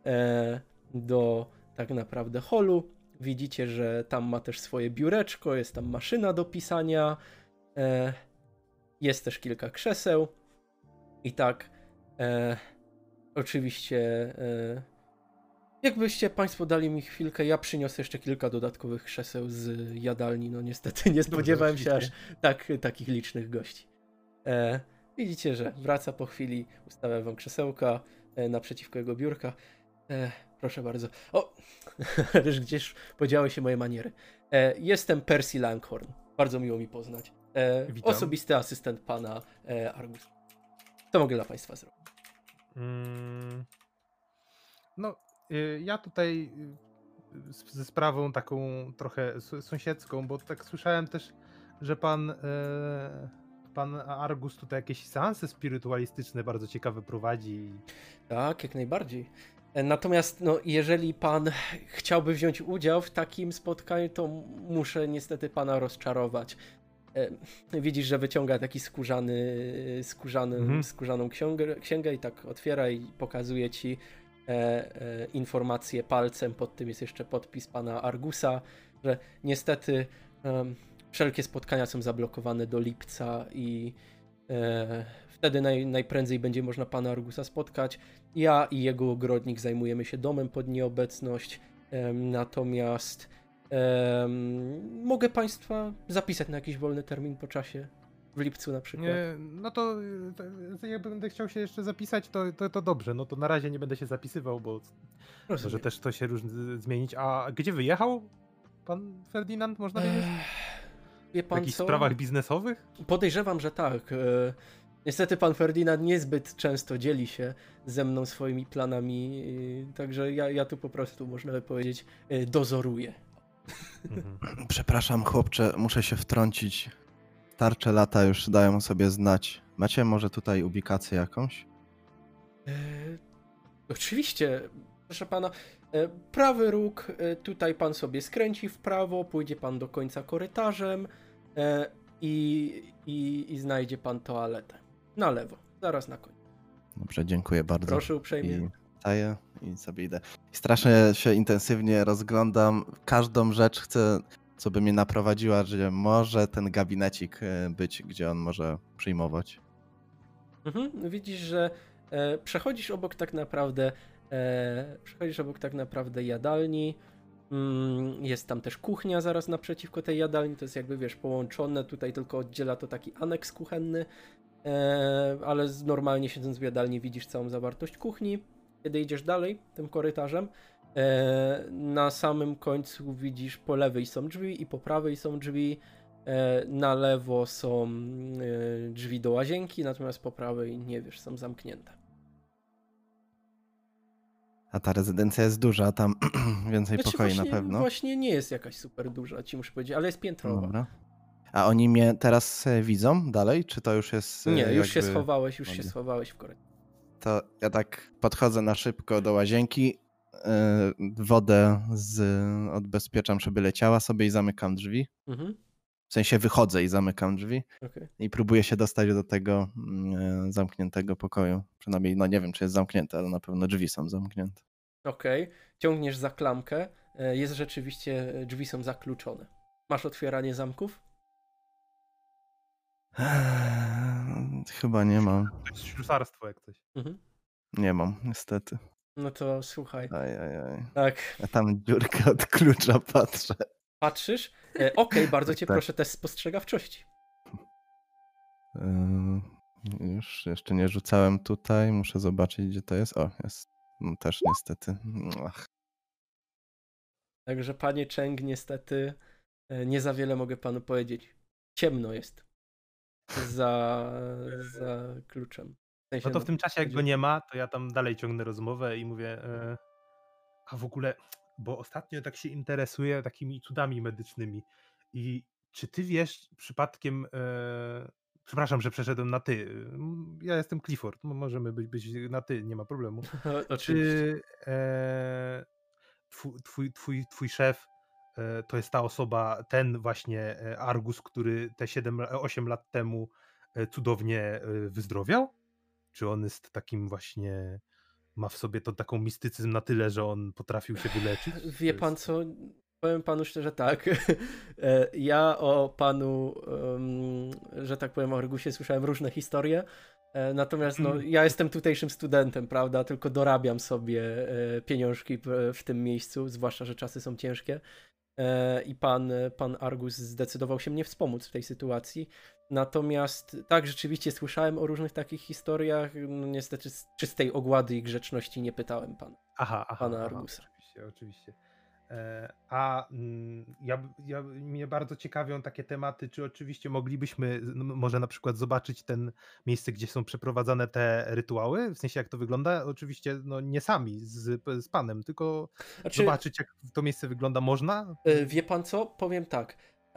do tak naprawdę holu. Widzicie, że tam ma też swoje biureczko, jest tam maszyna do pisania. Jest też kilka krzeseł. I tak, oczywiście, jakbyście państwo dali mi chwilkę, ja przyniosę jeszcze kilka dodatkowych krzeseł z jadalni. No niestety nie spodziewałem się aż takich licznych gości. Widzicie, że wraca po chwili, ustawia wam krzesełka naprzeciwko jego biurka. Proszę bardzo. O, gdzież podziały się moje maniery. Jestem Percy Langhorn. Bardzo miło mi poznać. Witam. Osobisty asystent pana Argusa. Co mogę dla państwa zrobić? No, ja tutaj ze sprawą taką trochę sąsiedzką, bo tak słyszałem też, że pan Argus tutaj jakieś seanse spirytualistyczne bardzo ciekawe prowadzi. Tak, jak najbardziej. Natomiast no, jeżeli pan chciałby wziąć udział w takim spotkaniu, to muszę niestety pana rozczarować. Widzisz, że wyciąga taki skórzaną księgę i tak otwiera i pokazuje ci informację palcem, pod tym jest jeszcze podpis pana Argusa, że niestety wszelkie spotkania są zablokowane do lipca i wtedy najprędzej będzie można pana Argusa spotkać. Ja i jego ogrodnik zajmujemy się domem pod nieobecność, natomiast mogę państwa zapisać na jakiś wolny termin po czasie, w lipcu na przykład. No to jak będę chciał się jeszcze zapisać, to dobrze. No to na razie nie będę się zapisywał, bo może Rozumiem. też to się zmienić. A gdzie wyjechał pan Ferdynand, można wiedzieć? Wie W pan jakichś co? sprawach biznesowych? Podejrzewam, że tak. Niestety pan Ferdynand niezbyt często dzieli się ze mną swoimi planami, także ja tu po prostu, można by powiedzieć, dozoruję. Przepraszam, chłopcze, muszę się wtrącić. Starcze lata już dają o sobie znać. Macie może tutaj ubikację jakąś? Oczywiście, proszę pana, prawy róg, tutaj pan sobie skręci w prawo, pójdzie pan do końca korytarzem, i znajdzie pan toaletę. Na lewo, zaraz na końcu. Dobrze, dziękuję bardzo. Proszę uprzejmie. I wstaję i sobie idę. Strasznie się intensywnie rozglądam. Każdą rzecz chcę, co by mnie naprowadziła, że może ten gabinecik być, gdzie on może przyjmować. Widzisz, że przechodzisz obok tak naprawdę jadalni. Jest tam też kuchnia zaraz naprzeciwko tej jadalni, to jest jakby, wiesz, połączone, tutaj tylko oddziela to taki aneks kuchenny, ale normalnie siedząc w jadalni widzisz całą zawartość kuchni. Kiedy idziesz dalej tym korytarzem, na samym końcu widzisz, po lewej są drzwi i po prawej są drzwi, na lewo są drzwi do łazienki, natomiast po prawej, nie wiesz, są zamknięte. A ta rezydencja jest duża, tam więcej pokoi na pewno. Właśnie nie jest jakaś super duża, ci muszę powiedzieć, ale jest piętrowa. Dobra. A oni mnie teraz widzą dalej, czy to już jest... Nie, już się jakby... schowałeś w korytarzu. To ja tak podchodzę na szybko do łazienki, wodę odbezpieczam, żeby leciała sobie i zamykam drzwi. W sensie wychodzę i zamykam drzwi i próbuję się dostać do tego zamkniętego pokoju. Przynajmniej, no nie wiem, czy jest zamknięte, ale na pewno drzwi są zamknięte. Okej. Ciągniesz za klamkę. Jest rzeczywiście, drzwi są zakluczone. Masz otwieranie zamków? Chyba nie mam. To jest ślusarstwo jak coś. Nie mam, niestety. No to słuchaj. Ajajaj. Tak. Ja tam dziurkę od klucza patrzę. Patrzysz? Okej, bardzo cię Tak. proszę, test spostrzegawczości. Już jeszcze nie rzucałem tutaj, muszę zobaczyć, gdzie to jest. O, jest. No też niestety. Ach. Także panie Cheng, niestety nie za wiele mogę panu powiedzieć. Ciemno jest za kluczem. W sensie, No to w tym czasie, jak go nie ma, to ja tam dalej ciągnę rozmowę i mówię, a w ogóle, bo ostatnio tak się interesuję takimi cudami medycznymi i czy ty wiesz przypadkiem, przepraszam, że przeszedłem na ty, ja jestem Clifford, możemy być na ty, nie ma problemu. Oczywiście. Czy twój szef to jest ta osoba, ten właśnie Argus, który te 8 lat temu cudownie wyzdrowiał? Czy on jest takim właśnie, ma w sobie to taką mistycyzm na tyle, że on potrafił się wyleczyć? Wie pan co, powiem panu szczerze tak, ja o panu, że tak powiem, o Argusie słyszałem różne historie, natomiast no, ja jestem tutejszym studentem, prawda, tylko dorabiam sobie pieniążki w tym miejscu, zwłaszcza, że czasy są ciężkie i pan Argus zdecydował się mnie wspomóc w tej sytuacji. Natomiast tak, rzeczywiście słyszałem o różnych takich historiach, no niestety z czystej ogłady i grzeczności nie pytałem pana Argusa. Oczywiście. Mnie bardzo ciekawią takie tematy, czy oczywiście moglibyśmy może na przykład zobaczyć ten miejsce, gdzie są przeprowadzane te rytuały, w sensie jak to wygląda, oczywiście no nie sami z panem, tylko zobaczyć jak to miejsce wygląda można? Wie pan co? Powiem tak.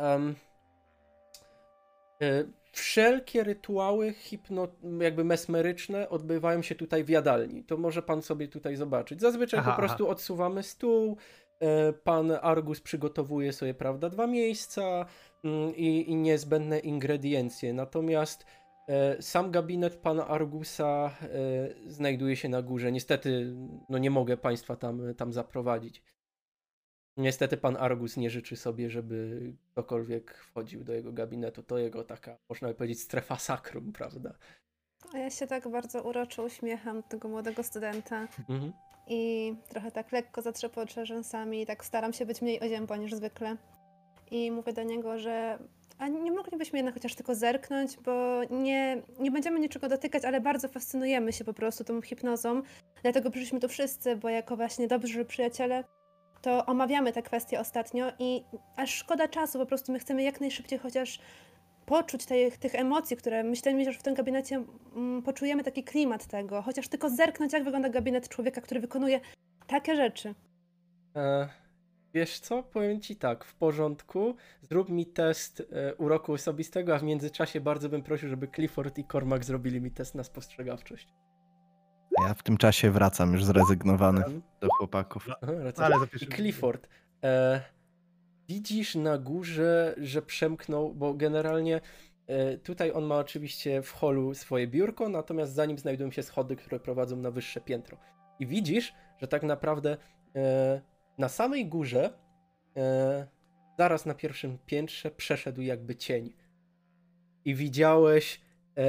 Wszelkie rytuały jakby mesmeryczne odbywają się tutaj w jadalni. To może pan sobie tutaj zobaczyć. Zazwyczaj po prostu odsuwamy stół, pan Argus przygotowuje sobie, prawda, 2 miejsca i niezbędne ingrediencje. Natomiast sam gabinet pana Argusa znajduje się na górze. Niestety no nie mogę państwa tam zaprowadzić. Niestety pan Argus nie życzy sobie, żeby ktokolwiek wchodził do jego gabinetu. To jego taka, można by powiedzieć, strefa sakrum, prawda? A ja się tak bardzo uroczo uśmiecham do tego młodego studenta i trochę tak lekko zatrzepoczę rzęsami i tak staram się być mniej oziębła niż zwykle. I mówię do niego, że a nie moglibyśmy jednak chociaż tylko zerknąć, bo nie będziemy niczego dotykać, ale bardzo fascynujemy się po prostu tą hipnozą. Dlatego przyszliśmy tu wszyscy, bo jako właśnie dobrzy przyjaciele to omawiamy te kwestie ostatnio i aż szkoda czasu, po prostu my chcemy jak najszybciej chociaż poczuć tych emocji, które myślę, że w tym gabinecie poczujemy taki klimat tego, chociaż tylko zerknąć, jak wygląda gabinet człowieka, który wykonuje takie rzeczy. Wiesz co? Powiem ci tak, w porządku, zrób mi test uroku osobistego, a w międzyczasie bardzo bym prosił, żeby Clifford i Cormac zrobili mi test na spostrzegawczość. Ja w tym czasie wracam już zrezygnowany do chłopaków. Ale za I Clifford, widzisz na górze, że przemknął, bo generalnie tutaj on ma oczywiście w holu swoje biurko, natomiast za nim znajdują się schody, które prowadzą na wyższe piętro. I widzisz, że tak naprawdę na samej górze, zaraz na pierwszym piętrze, przeszedł jakby cień. I widziałeś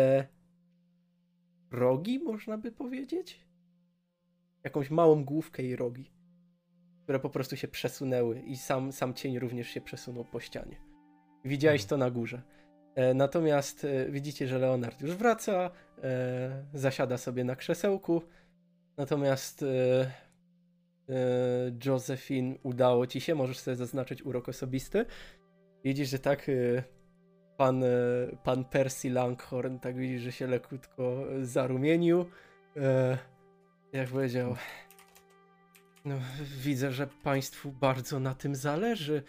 rogi, można by powiedzieć? Jakąś małą główkę i rogi, które po prostu się przesunęły i sam cień również się przesunął po ścianie. Widziałeś to na górze. Natomiast widzicie, że Leonard już wraca, zasiada sobie na krzesełku, natomiast Josephine, udało ci się, możesz sobie zaznaczyć urok osobisty. Widzisz, że tak pan Percy Langhorn, tak widzisz, że się lekutko zarumienił. Jak powiedział, no widzę, że państwu bardzo na tym zależy.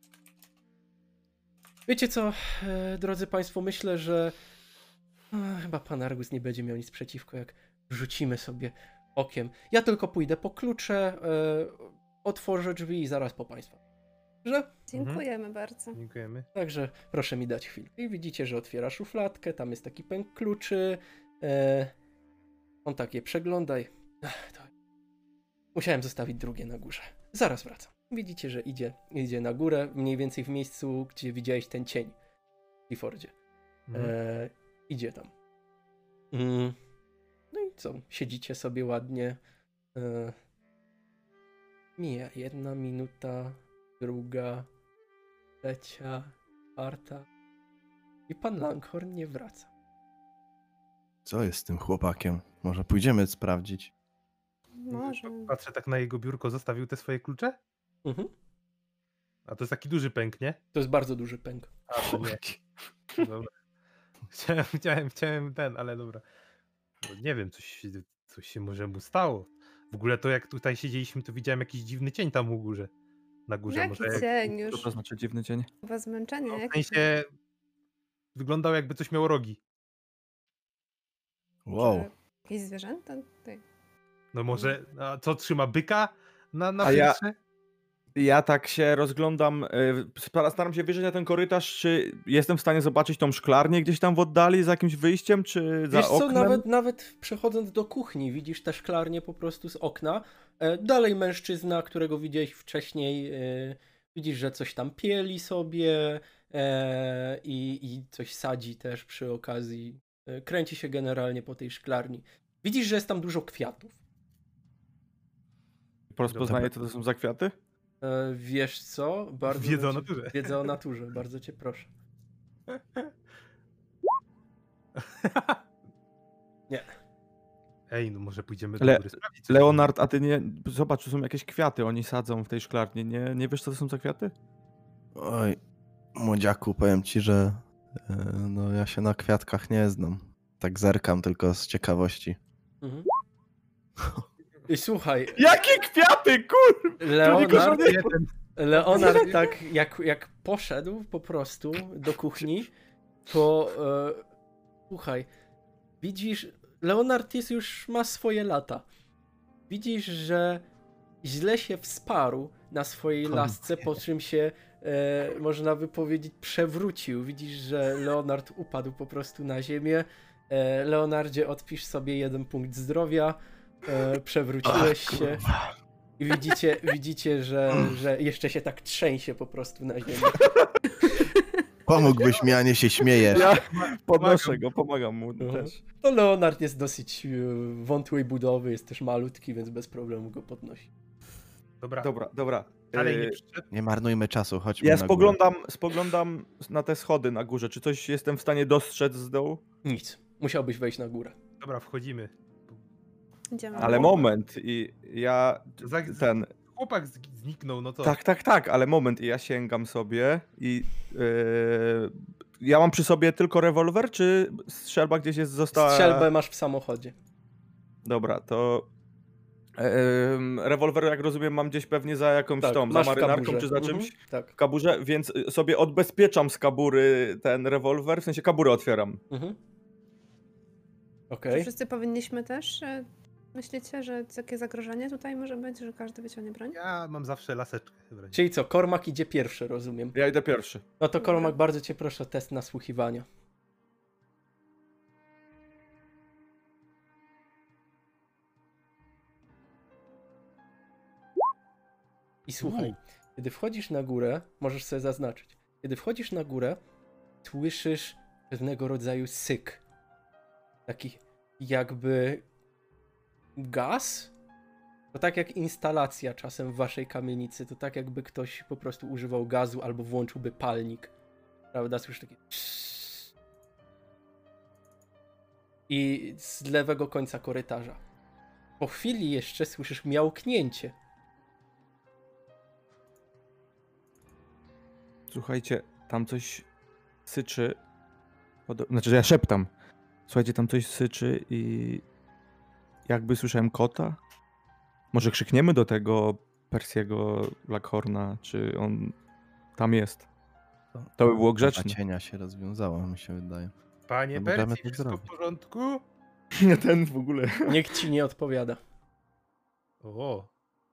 Wiecie co, drodzy państwo, myślę, że chyba pan Argus nie będzie miał nic przeciwko, jak rzucimy sobie okiem. Ja tylko pójdę po klucze, otworzę drzwi i zaraz po państwa. Dobrze? Dziękujemy bardzo. Dziękujemy. Także proszę mi dać chwilkę. I widzicie, że otwiera szufladkę, tam jest taki pęk kluczy. On takie, przeglądaj. Musiałem zostawić drugie na górze. Zaraz wracam. Widzicie, że idzie na górę, mniej więcej w miejscu, gdzie widziałeś ten cień w Cliffordzie. Idzie tam. No i co? Siedzicie sobie ładnie. Mija 1 minuta, 2, 3, 4. I pan Langhorn nie wraca. Co jest z tym chłopakiem? Może pójdziemy sprawdzić? Może. Patrzę tak na jego biurko, zostawił te swoje klucze? Mhm. A to jest taki duży pęk, nie? To jest bardzo duży pęk. A, to nie. Dobra. Chciałem ten, ale dobra. Bo nie wiem, coś się może mu stało. W ogóle to jak tutaj siedzieliśmy, to widziałem jakiś dziwny cień tam u górze. Na górze. Jaki Może cień Co już? to znaczy dziwny cień? Chyba zmęczenie. no, w Jaki sensie wyglądał jakby coś miało rogi. Wow. Może jakieś zwierzęta? Tutaj. No może, a co trzyma byka na A ja- piętrze? Ja tak się rozglądam, staram się wyjrzeć na ten korytarz, czy jestem w stanie zobaczyć tą szklarnię gdzieś tam w oddali za jakimś wyjściem, czy za Wiesz co, oknem? nawet przechodząc do kuchni, widzisz te szklarnie po prostu z okna. Dalej mężczyzna, którego widziałeś wcześniej, widzisz, że coś tam pieli sobie i coś sadzi też przy okazji. Kręci się generalnie po tej szklarni. Widzisz, że jest tam dużo kwiatów. Rozpoznaję, co to są za kwiaty? Wiesz co? Bardzo Wiedza o bym naturze. Wiedza o naturze, bardzo cię proszę. Nie. Ej, no może pójdziemy do Le- góry sprawdzić. co Leonard, a ty nie... Zobacz, tu są jakieś kwiaty, oni sadzą w tej szklarni. Nie wiesz, co to są za kwiaty? Oj, młodziaku, powiem ci, że no ja się na kwiatkach nie znam. Tak zerkam tylko z ciekawości. Mhm. I słuchaj, Jakie kwiaty, kur... Leonard, to jeden. Leonard tak jak poszedł po prostu do kuchni, to słuchaj, widzisz, Leonard ma swoje lata. Widzisz, że źle się wsparł na swojej lasce, po czym się, można by powiedzieć, przewrócił. Widzisz, że Leonard upadł po prostu na ziemię. Leonardzie, odpisz sobie 1 punkt zdrowia. Przewróciłeś się. I widzicie, że jeszcze się tak trzęsie po prostu na ziemi. Pomógłbyś mi, a nie się śmiejesz. Ja podnoszę go, pomagam mu też. No Leonard jest dosyć wątłej budowy, jest też malutki, więc bez problemu go podnosi. Dobra, Dobra. dalej nie Yy, przyszedł. Nie marnujmy czasu, chodźmy Ja na górę. spoglądam na te schody na górze. Czy coś jestem w stanie dostrzec z dołu? Nic. Musiałbyś wejść na górę. Dobra, wchodzimy. Idziemy. Ale moment, i ja ten... Chłopak zniknął, no to. Tak, ale moment, i ja sięgam sobie i ja mam przy sobie tylko rewolwer, czy strzelba gdzieś została... Strzelbę masz w samochodzie. Dobra, to rewolwer, jak rozumiem, mam gdzieś pewnie za jakąś Tak, tą, za masz w marynarką kaburze. czy za czymś Mhm, tak. w kaburze, więc sobie odbezpieczam z kabury ten rewolwer, w sensie kaburę otwieram. Mhm. Czy Okej. wszyscy powinniśmy też Myślicie, że jakie zagrożenie tutaj może być, że każdy wyciągnie broń? Ja mam zawsze laseczkę. w razie. Czyli co, Cormac idzie pierwszy, rozumiem. Ja idę pierwszy. No to Dobra. Cormac, bardzo cię proszę o test nasłuchiwania. I słuchaj, kiedy wchodzisz na górę, możesz sobie zaznaczyć, kiedy wchodzisz na górę, słyszysz pewnego rodzaju syk. Taki jakby gaz. To tak jak instalacja czasem w waszej kamienicy, to tak jakby ktoś po prostu używał gazu albo włączyłby palnik. Prawda? Słyszysz takie i z lewego końca korytarza. Po chwili jeszcze słyszysz miałknięcie. Słuchajcie, tam coś syczy. Znaczy, że ja szeptam. Słuchajcie, tam coś syczy i jakby słyszałem kota. Może krzykniemy do tego Persiego Blackhorna, czy on tam jest. To by było Ta grzeczne. cienia się rozwiązała, mi się wydaje. Panie No możemy Percy, tak wszystko w zrobić. porządku? Nie ten w ogóle. Nikt ci nie odpowiada. O.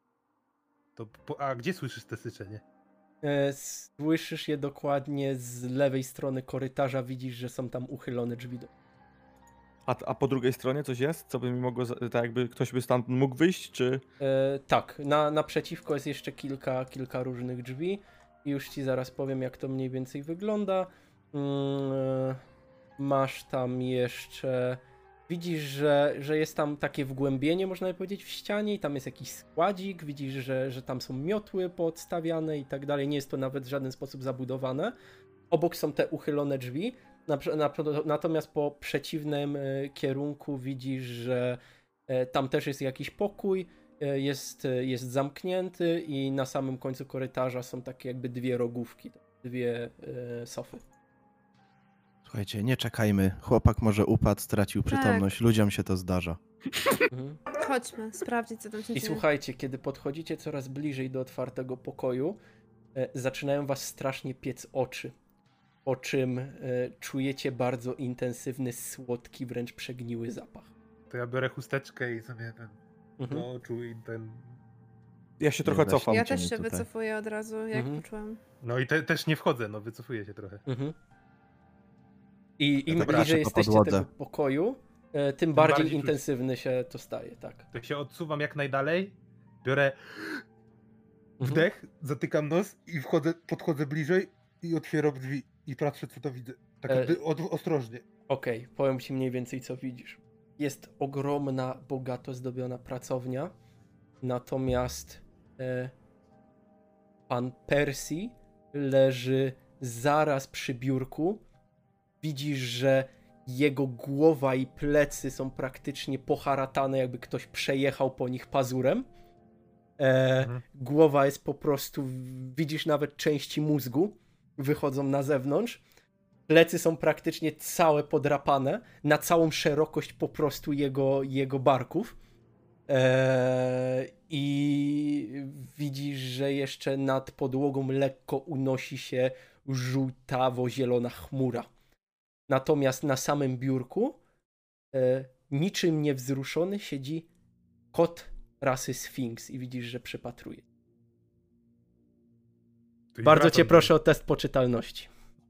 A gdzie słyszysz te syczenie? Słyszysz je dokładnie z lewej strony korytarza, widzisz, że są tam uchylone drzwi. A po drugiej stronie coś jest? Co by mi mogło, tak jakby ktoś by stamtąd mógł wyjść, czy... Tak, naprzeciwko jest jeszcze kilka różnych drzwi i już ci zaraz powiem, jak to mniej więcej wygląda. Masz tam jeszcze... Widzisz, że jest tam takie wgłębienie, można by powiedzieć, w ścianie i tam jest jakiś składzik, widzisz, że tam są miotły podstawiane i tak dalej, nie jest to nawet w żaden sposób zabudowane. Obok są te uchylone drzwi, natomiast po przeciwnym kierunku widzisz, że tam też jest jakiś pokój, jest zamknięty i na samym końcu korytarza są takie jakby dwie rogówki, dwie sofy. Słuchajcie, nie czekajmy. Chłopak może upadł, stracił przytomność. Ludziom się to zdarza. Mhm. Chodźmy, sprawdzić, co tam się I dzieje. słuchajcie, kiedy podchodzicie coraz bliżej do otwartego pokoju, zaczynają was strasznie piec oczy, po czym czujecie bardzo intensywny, słodki, wręcz przegniły zapach. To ja biorę chusteczkę i sobie ten Mhm. do oczu i ten... Ja się trochę da cofam. Ja cię też się tutaj. wycofuję od razu, jak Mhm. poczułam. No i też nie wchodzę, no wycofuję się trochę. Mhm. I im Ja tak bliżej patrzę po jesteście podłodze. tego pokoju, tym bardziej bardziej czuć. intensywny się to staje, tak. Tak się odsuwam jak najdalej, biorę Mhm. wdech, zatykam nos i podchodzę bliżej i otwieram drzwi i patrzę, co to widzę. Tak ostrożnie. Okej, powiem ci mniej więcej, co widzisz. Jest ogromna, bogato zdobiona pracownia, natomiast pan Percy leży zaraz przy biurku. Widzisz, że jego głowa i plecy są praktycznie poharatane, jakby ktoś przejechał po nich pazurem. Głowa jest po prostu, widzisz nawet części mózgu wychodzą na zewnątrz. Plecy są praktycznie całe podrapane na całą szerokość po prostu jego barków. I widzisz, że jeszcze nad podłogą lekko unosi się żółtawo-zielona chmura. Natomiast na samym biurku niczym niewzruszony siedzi kot rasy Sfinks i widzisz, że przypatruje. Bardzo cię proszę o test poczytalności.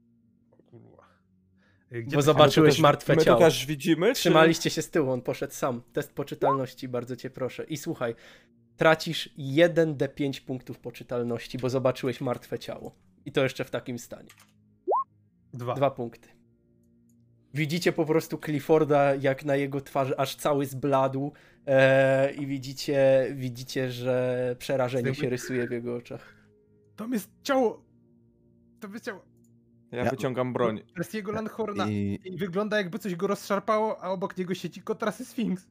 Bo zobaczyłeś martwe My ciało. to też widzimy, czy... Trzymaliście się z tyłu, on poszedł sam. Test poczytalności, bardzo cię proszę. I słuchaj, tracisz 1d5 punktów poczytalności, bo zobaczyłeś martwe ciało. I to jeszcze w takim stanie. 2 punkty. Widzicie po prostu Clifforda, jak na jego twarzy aż cały zbladł i widzicie, że przerażenie się rysuje w jego oczach. Tam jest ciało! To jest ciało! Ja wyciągam broń. To jest jego Landhorna I i wygląda jakby coś go rozszarpało, a obok niego siedzi kot rasy Sfinks.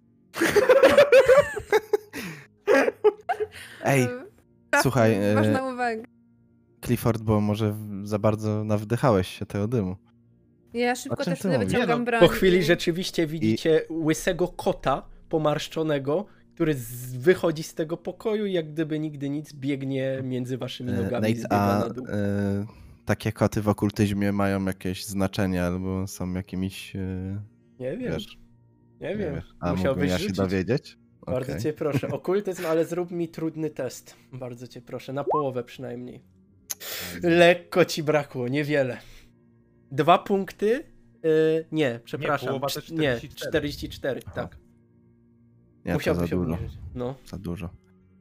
ej, słuchaj, Ważna uwaga. Clifford, bo może za bardzo nawdychałeś się tego dymu. Ja szybko czym też ty wtedy mówisz? wyciągam Nie no, broń. Po chwili i- rzeczywiście widzicie łysego kota pomarszczonego, który wychodzi z tego pokoju i jak gdyby nigdy nic biegnie między waszymi nogami i Nate, zbiega a na dół. takie koty w okultyzmie mają jakieś znaczenie albo są jakimiś... Nie wiem, wiesz, nie wiem. wiesz. A Musiałbyś mógłbym ja się rzucić. dowiedzieć? Bardzo Okej. cię proszę. Okultyzm, ale zrób mi trudny test. Bardzo cię proszę. Na połowę przynajmniej. Lekko ci brakło, niewiele. 2 punkty. Nie, przepraszam. połowa to Nie, 44. 44, Aha. tak. Nie, to za Musiałbyś dużo. obniżyć. No. Za dużo.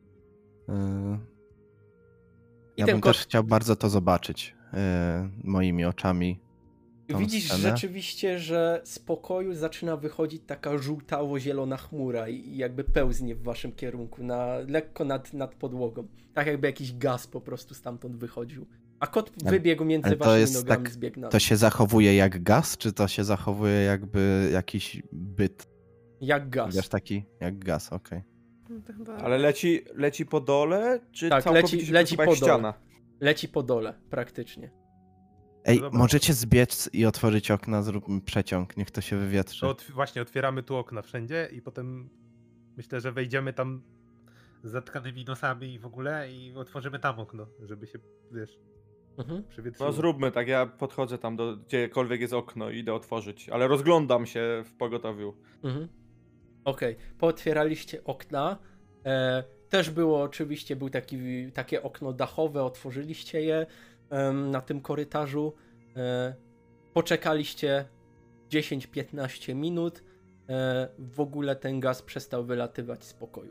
I Ja ten bym kot, też chciał bardzo to zobaczyć moimi oczami. tą widzisz scenę. rzeczywiście, że z pokoju zaczyna wychodzić taka żółtawo-zielona chmura i jakby pełznie w waszym kierunku, lekko nad podłogą. Tak jakby jakiś gaz po prostu stamtąd wychodził. A kot Ale- wybiegł między ale to waszymi jest nogami, tak- zbiegł na To się zachowuje jak gaz, czy to się zachowuje jakby jakiś byt? jak gaz. Wiesz, taki jak gaz, okej. No to chyba... Ale leci po dole, czy Tak, całkowicie się leci przesuwa jak po dole. ściana? Leci po dole, praktycznie. Ej, No dobra. możecie zbiec i otworzyć okna, zróbmy przeciąg, niech to się wywietrzy. To właśnie otwieramy tu okna wszędzie i potem myślę, że wejdziemy tam z zatkanymi nosami i w ogóle i otworzymy tam okno, żeby się, wiesz, Mhm. przewietrzyło. No zróbmy tak, ja podchodzę tam do gdziekolwiek jest okno i idę otworzyć, ale rozglądam się w pogotowiu. Mhm. Okej, pootwieraliście okna. Też było oczywiście, takie okno dachowe, otworzyliście je na tym korytarzu. Poczekaliście 10-15 minut. W ogóle ten gaz przestał wylatywać z pokoju.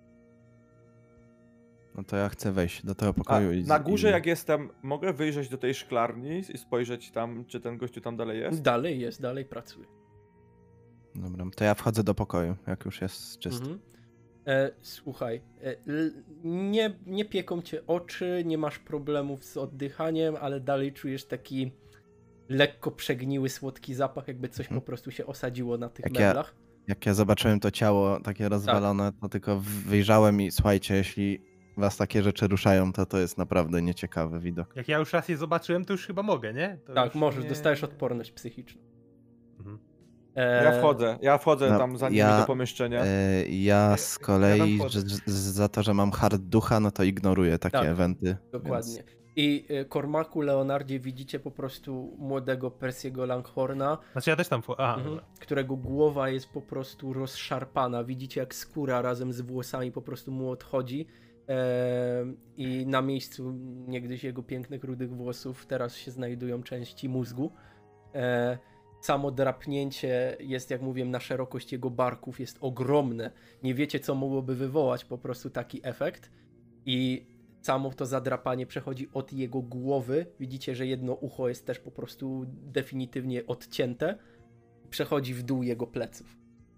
No to ja chcę wejść do tego A pokoju i... na górze i... jak jestem, mogę wyjrzeć do tej szklarni i spojrzeć tam, czy ten gościu tam dalej jest? Dalej jest, dalej pracuje. Dobra, to ja wchodzę do pokoju, jak już jest czysty. Mhm. Słuchaj, nie pieką cię oczy, nie masz problemów z oddychaniem, ale dalej czujesz taki lekko przegniły, słodki zapach, jakby coś po prostu się osadziło na tych Jak ja- meblach. Jak ja zobaczyłem to ciało takie rozwalone, to tylko wyjrzałem i słuchajcie, jeśli was takie rzeczy ruszają, to jest naprawdę nieciekawy widok. Jak ja już raz je zobaczyłem, to już chyba mogę, nie? To Tak, już możesz, nie- dostajesz odporność psychiczną. Mhm. Ja wchodzę No, tam za nimi ja- do pomieszczenia. Ja z kolei wchodzę. za to, że mam hard ducha, no to ignoruję takie Tak, eventy. Dokładnie. Więc... I Cormacu, Leonardzie widzicie po prostu młodego Persiego Langhorna, Znaczy ja też tam... mhm, którego głowa jest po prostu rozszarpana. Widzicie, jak skóra razem z włosami po prostu mu odchodzi. I na miejscu niegdyś jego pięknych, rudych włosów teraz się znajdują części mózgu. Samo drapnięcie jest, jak mówiłem, na szerokość jego barków jest ogromne. Nie wiecie, co mogłoby wywołać po prostu taki efekt. I samo to zadrapanie przechodzi od jego głowy. Widzicie, że jedno ucho jest też po prostu definitywnie odcięte. Przechodzi w dół jego pleców.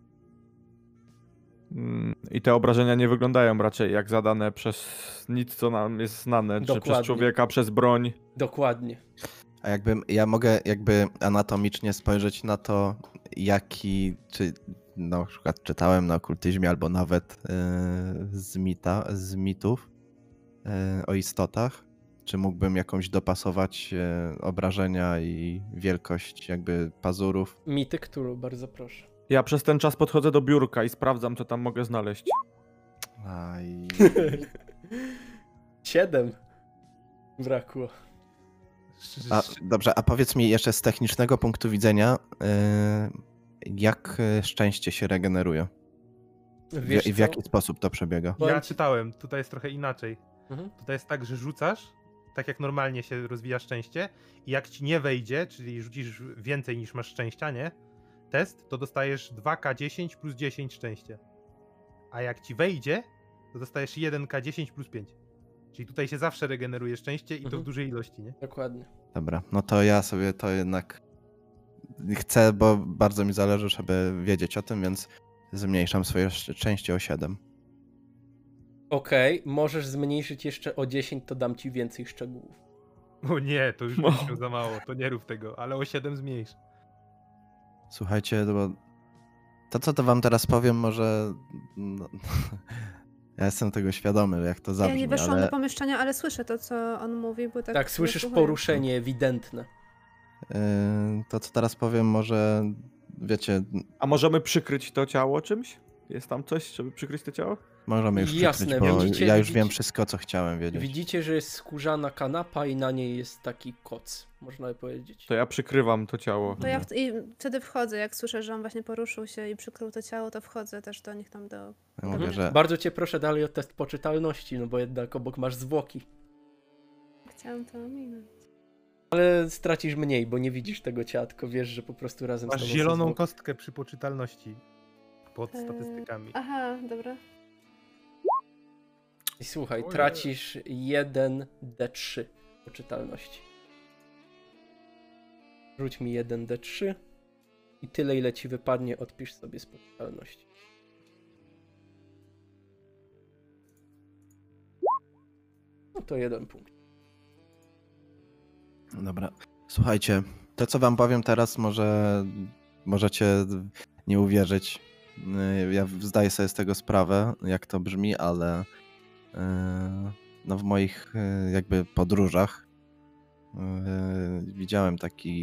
I te obrażenia nie wyglądają raczej jak zadane przez nic, co nam jest znane, czy Dokładnie. przez człowieka, przez broń. Dokładnie. A ja mogę jakby anatomicznie spojrzeć na to, czy na przykład czytałem na okultyzmie albo nawet z mitów o istotach, czy mógłbym jakąś dopasować obrażenia i wielkość jakby pazurów. Mity Cthulhu, bardzo proszę. Ja przez ten czas podchodzę do biurka i sprawdzam, co tam mogę znaleźć. Aj. 7 brakło. Dobrze, a powiedz mi jeszcze z technicznego punktu widzenia, jak szczęście się regeneruje? Wiesz I w co? jaki sposób to przebiega? Ja Powiem ci- czytałem, tutaj jest trochę inaczej. Mhm. Tutaj jest tak, że rzucasz, tak jak normalnie się rozwija szczęście i jak ci nie wejdzie, czyli rzucisz więcej niż masz szczęścia, nie? Test, to dostajesz 2K10 plus 10 szczęścia. A jak ci wejdzie, to dostajesz 1K10 plus 5. Czyli tutaj się zawsze regeneruje szczęście i to Mhm. w dużej ilości, nie? Dokładnie. Dobra, no to ja sobie to jednak chcę, bo bardzo mi zależy, żeby wiedzieć o tym, więc zmniejszam swoje szczęście o 7. Okej, możesz zmniejszyć jeszcze o 10, to dam ci więcej szczegółów. O nie, to już No. będzie za mało, to nie rób tego, ale o 7 zmniejsz. Słuchajcie, bo to co to wam teraz powiem, może no, ja jestem tego świadomy, jak to Ja zabrzmi, nie weszłam ale do pomieszczenia, ale słyszę to, co on mówi, bo tak... Tak, słyszysz słuchuję. poruszenie ewidentne. to co teraz powiem, może wiecie, A możemy przykryć to ciało czymś? Jest tam coś, żeby przykryć to ciało? Możemy już Jasne, przykryć, bo widzicie- ja już widzicie- wiem wszystko, co chciałem wiedzieć. Widzicie, że jest skórzana kanapa i na niej jest taki koc, można by powiedzieć. To ja przykrywam to ciało. To ja i wtedy wchodzę, jak słyszę, że on właśnie poruszył się i przykrył to ciało, to wchodzę też do nich tam do... Ja mówię, że Bardzo cię proszę dalej o test poczytalności, no bo jednak obok masz zwłoki. Chciałam to ominąć. Ale stracisz mniej, bo nie widzisz tego ciała, tylko wiesz, że po prostu razem Masz z tobą są zieloną zwłoki. kostkę przy poczytalności pod Eee, statystykami. Aha, dobra. I słuchaj, Ojej. tracisz 1d3 poczytalności. Rzuć mi 1d3 i tyle, ile ci wypadnie, odpisz sobie z poczytalności. No to 1 punkt. Dobra. Słuchajcie, to co wam powiem teraz, możecie nie uwierzyć. Ja zdaję sobie z tego sprawę, jak to brzmi, ale no w moich jakby podróżach widziałem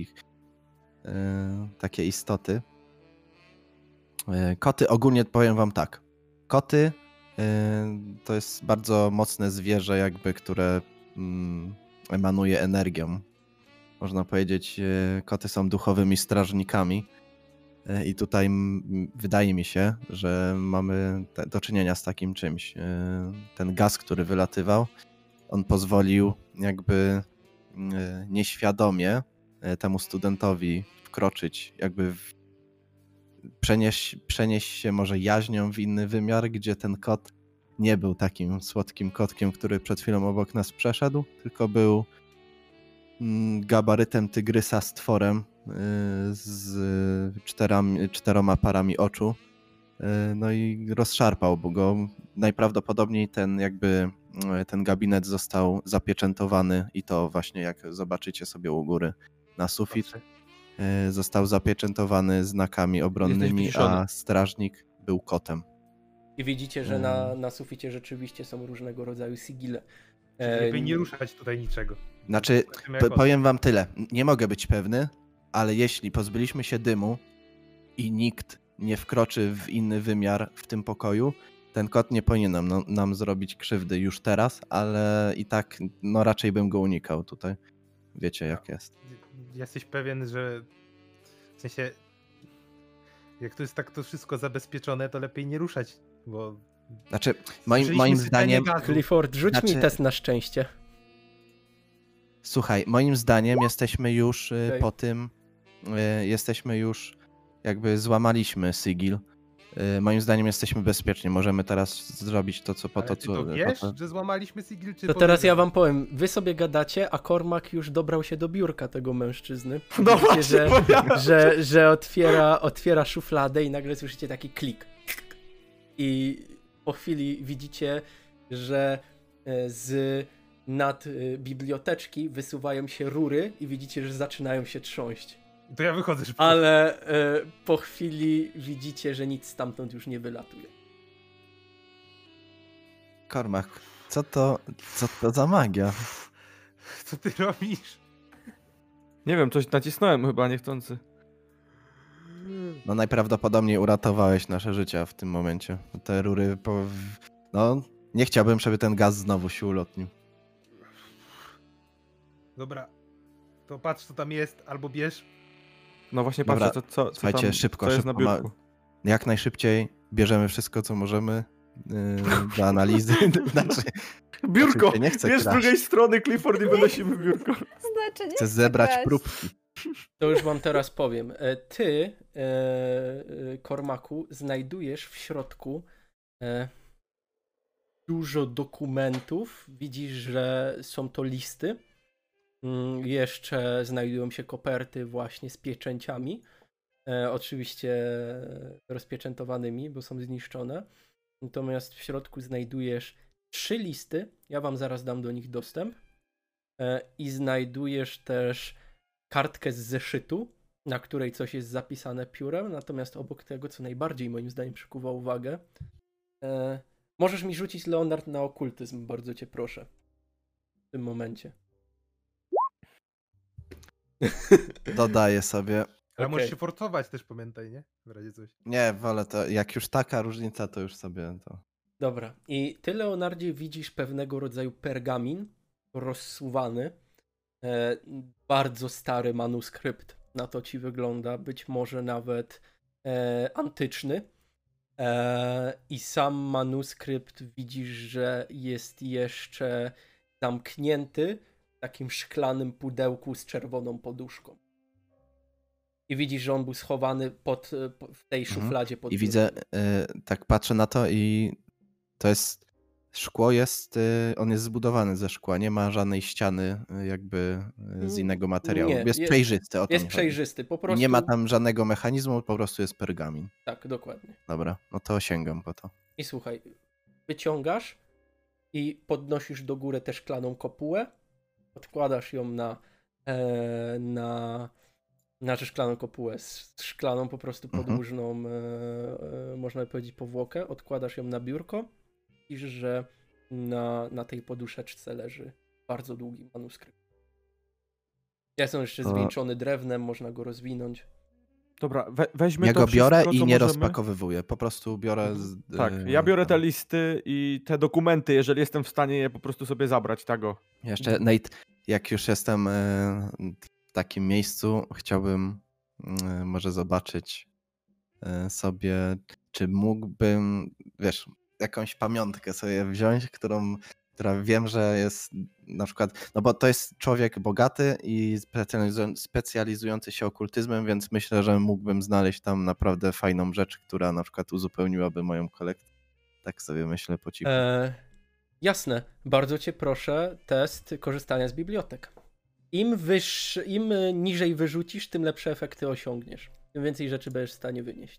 takie istoty. Koty, ogólnie powiem wam tak. Koty to jest bardzo mocne zwierzę, jakby, które emanuje energią. Można powiedzieć, koty są duchowymi strażnikami. I tutaj wydaje mi się, że mamy do czynienia z takim czymś. Ten gaz, który wylatywał, on pozwolił jakby nieświadomie temu studentowi wkroczyć, jakby przenieść się może jaźnią w inny wymiar, gdzie ten kot nie był takim słodkim kotkiem, który przed chwilą obok nas przeszedł, tylko był gabarytem tygrysa stworem z 4 parami oczu. No i rozszarpał go. Najprawdopodobniej ten gabinet został zapieczętowany i to właśnie jak zobaczycie sobie u góry na sufit. Patrzę. Został zapieczętowany znakami obronnymi, wyciszony. a strażnik był kotem. I widzicie, że na suficie rzeczywiście są różnego rodzaju sigile. Czyli lepiej nie ruszać tutaj niczego. Znaczy, Zobaczymy, jak powiem wam tyle. Nie mogę być pewny, ale jeśli pozbyliśmy się dymu i nikt nie wkroczy w inny wymiar w tym pokoju, ten kot nie powinien nam zrobić krzywdy już teraz, ale i tak no raczej bym go unikał tutaj. Wiecie jak jest. Jesteś pewien, że w sensie jak to jest tak to wszystko zabezpieczone, to lepiej nie ruszać, bo Znaczy, słyszeliśmy moim sypianie zdaniem... gazu. Clifford, rzuć mi Znaczy- test na szczęście. Słuchaj, moim zdaniem jesteśmy już Okej. po tym, jesteśmy już jakby złamaliśmy sigil. Moim zdaniem jesteśmy bezpieczni. Możemy teraz zrobić to, co po Ale to, ty co... to wiesz, po to... że złamaliśmy sigil, czy To teraz ja powiedziałeś? wam powiem, wy sobie gadacie, a Cormac już dobrał się do biurka tego mężczyzny. No Widzicie, właśnie, powiadam. że otwiera szufladę i nagle słyszycie taki klik. I po chwili widzicie, że z nad biblioteczki wysuwają się rury i widzicie, że zaczynają się trząść. To ja wychodzę szybko. Ale po chwili widzicie, że nic stamtąd już nie wylatuje. Cormac, co to za magia? Co ty robisz? Nie wiem, coś nacisnąłem chyba niechcący. No najprawdopodobniej uratowałeś nasze życia w tym momencie. Te rury... No, nie chciałbym, żeby ten gaz znowu się ulotnił. Dobra, to patrz co tam jest, albo bierz. No właśnie Dobra, patrzę, co słuchajcie, tam, szybko, co jest szybko, na biurku. Jak najszybciej bierzemy wszystko, co możemy do analizy. Znaczy, Biurko! oczywiście nie chcę Wiesz, z kraść. drugiej strony Clifford i wynosimy biurko. Znaczy, nie Chcę zebrać kraść. próbki. To już wam teraz powiem. Ty, Cormacu, znajdujesz w środku dużo dokumentów. Widzisz, że są to listy. Jeszcze znajdują się koperty właśnie z pieczęciami. Oczywiście rozpieczętowanymi, bo są zniszczone. Natomiast w środku znajdujesz 3 listy. Ja wam zaraz dam do nich dostęp. I znajdujesz też kartkę z zeszytu, na której coś jest zapisane piórem. Natomiast obok tego, co najbardziej moim zdaniem przykuwa uwagę, możesz mi rzucić, Leonard, na okultyzm, bardzo cię proszę. W tym momencie. Dodaję sobie. Ale możesz Okej. się forcować też, pamiętaj, nie? W razie coś. Nie, wolę to, jak już taka różnica, to już sobie to... Dobra. I ty, Leonardzie, widzisz pewnego rodzaju pergamin rozsuwany. Bardzo stary manuskrypt. Na to ci wygląda. Być może nawet antyczny. I sam manuskrypt widzisz, że jest jeszcze zamknięty w takim szklanym pudełku z czerwoną poduszką. I widzisz, że on był schowany w tej szufladzie pod I biurkiem. widzę, tak patrzę na to i to jest, szkło jest, on jest zbudowany ze szkła, nie ma żadnej ściany jakby z innego materiału. Nie, Jest przejrzysty, o to Jest mi chodzi. przejrzysty, po I prostu. nie ma tam żadnego mechanizmu, po prostu jest pergamin. Tak, dokładnie. Dobra, no to sięgam po to. I słuchaj, wyciągasz i podnosisz do góry tę szklaną kopułę, odkładasz ją na szklaną kopułę z szklaną po prostu podłużną, można by powiedzieć powłokę, odkładasz ją na biurko i że na tej poduszeczce leży bardzo długi manuskrypt. Jest on jeszcze zwieńczony drewnem, można go rozwinąć. Dobra, weźmy Ja to go biorę wszystko, i co nie możemy. rozpakowywuję, po prostu biorę... Tak, ja biorę te listy i te dokumenty, jeżeli jestem w stanie je po prostu sobie zabrać, tego. Jeszcze, Nate, jak już jestem w takim miejscu, chciałbym może zobaczyć sobie, czy mógłbym, wiesz, jakąś pamiątkę sobie wziąć, która wiem, że jest na przykład, no bo to jest człowiek bogaty i specjalizujący się okultyzmem, więc myślę, że mógłbym znaleźć tam naprawdę fajną rzecz, która na przykład uzupełniłaby moją kolekcję. Tak sobie myślę po cichu. Jasne, bardzo cię proszę, test korzystania z bibliotek. Im niżej wyrzucisz, tym lepsze efekty osiągniesz. Tym więcej rzeczy będziesz w stanie wynieść.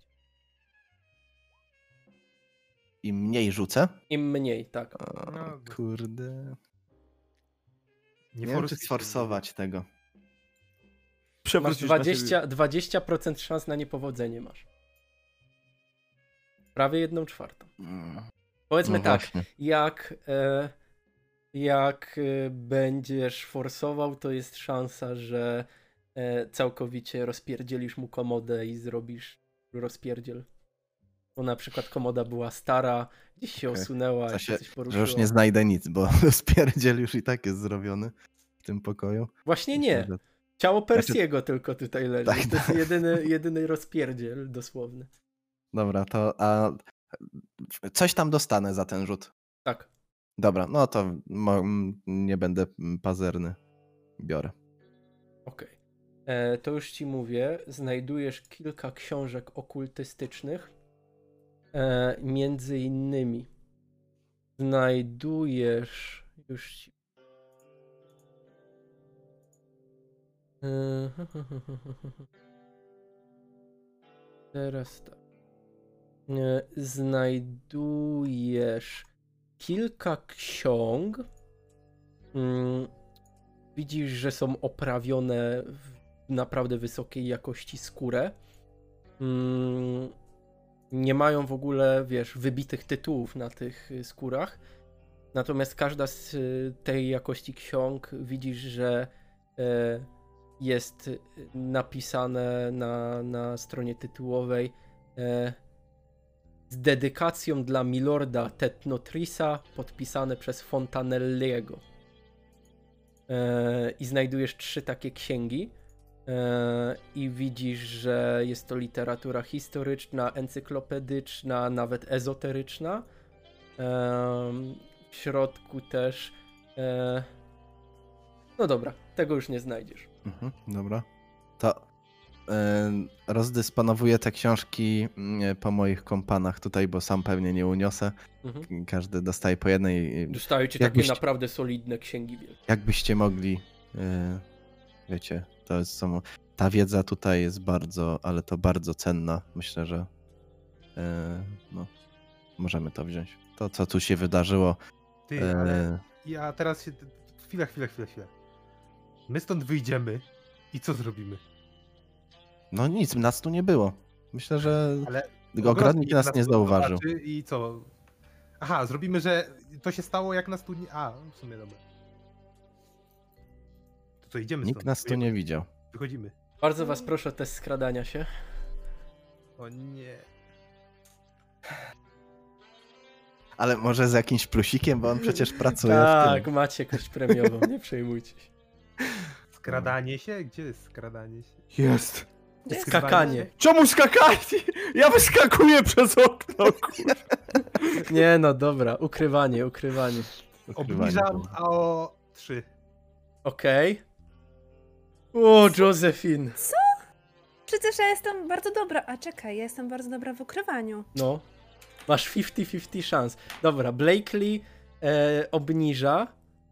Im mniej rzucę? Im mniej, tak. O, No, kurde. Nie Nie wiem, czy forsuj się. sforsować tego. Masz Przewrócisz na siebie. 20% szans na niepowodzenie masz. Prawie 1/4. Powiedzmy No tak, właśnie. jak będziesz forsował, to jest szansa, że całkowicie rozpierdzielisz mu komodę i zrobisz rozpierdziel. Bo na przykład komoda była stara, gdzieś się Okej. osunęła, W jak się sensie, coś że poruszyło. już nie znajdę nic, bo spierdziel już i tak jest zrobiony w tym pokoju. Właśnie Myślę, nie. że- Ciało Persiego tylko tutaj leży. Tak, To jest jedyny rozpierdziel dosłowny. Dobra, to coś tam dostanę za ten rzut. Tak. Dobra, no to nie będę pazerny. Biorę. Okej. To już ci mówię. Znajdujesz kilka książek okultystycznych. Między innymi znajdujesz już ci... Teraz tak. Znajdujesz kilka ksiąg. Widzisz, że są oprawione w naprawdę wysokiej jakości skórę. Nie mają w ogóle, wiesz, wybitych tytułów na tych skórach. Natomiast każda z tej jakości ksiąg widzisz, że jest napisane na stronie tytułowej z dedykacją dla milorda Tetnotrisa, podpisane przez Fontanelliego. I znajdujesz 3 takie księgi i widzisz, że jest to literatura historyczna, encyklopedyczna, nawet ezoteryczna. W środku też no dobra, tego już nie znajdziesz. Dobra. To rozdysponowuję te książki po moich kompanach tutaj, bo sam pewnie nie uniosę. Każdy dostaje po jednej. Dostają ci takie Jakbyście- naprawdę solidne księgi wielkie. Jakbyście mogli, wiecie, to jest ta wiedza tutaj jest bardzo, ale to bardzo cenna. Myślę, że no, możemy to wziąć. To, co tu się wydarzyło. Ty, ale ja teraz się... Chwila. My stąd wyjdziemy i co zrobimy? No nic, nas tu nie było. Myślę, że Ale ogrodnik nas nie zauważył. zobaczy I co? Aha, zrobimy, że to się stało, jak nas tu nie... A, w sumie dobra. To co, idziemy Nikt stąd? nas tu nie widział. Wychodzimy. Bardzo was proszę o test skradania się. O nie. Ale może z jakimś plusikiem, bo on przecież pracuje w Tak, tym. macie kość premiową, nie przejmujcie się. Skradanie się? Gdzie jest skradanie się? Jest. Gdzie jest Skakanie. Czemu skakać? Ja wyskakuję przez okno, kurwa. Nie no, dobra, ukrywanie. Ukrywanie Obniżam to- o 3. Okej. O, Josephine. Przecież ja jestem bardzo dobra. A czekaj, ja jestem bardzo dobra w ukrywaniu. No. Masz 50-50 szans. Dobra, Blakely obniża.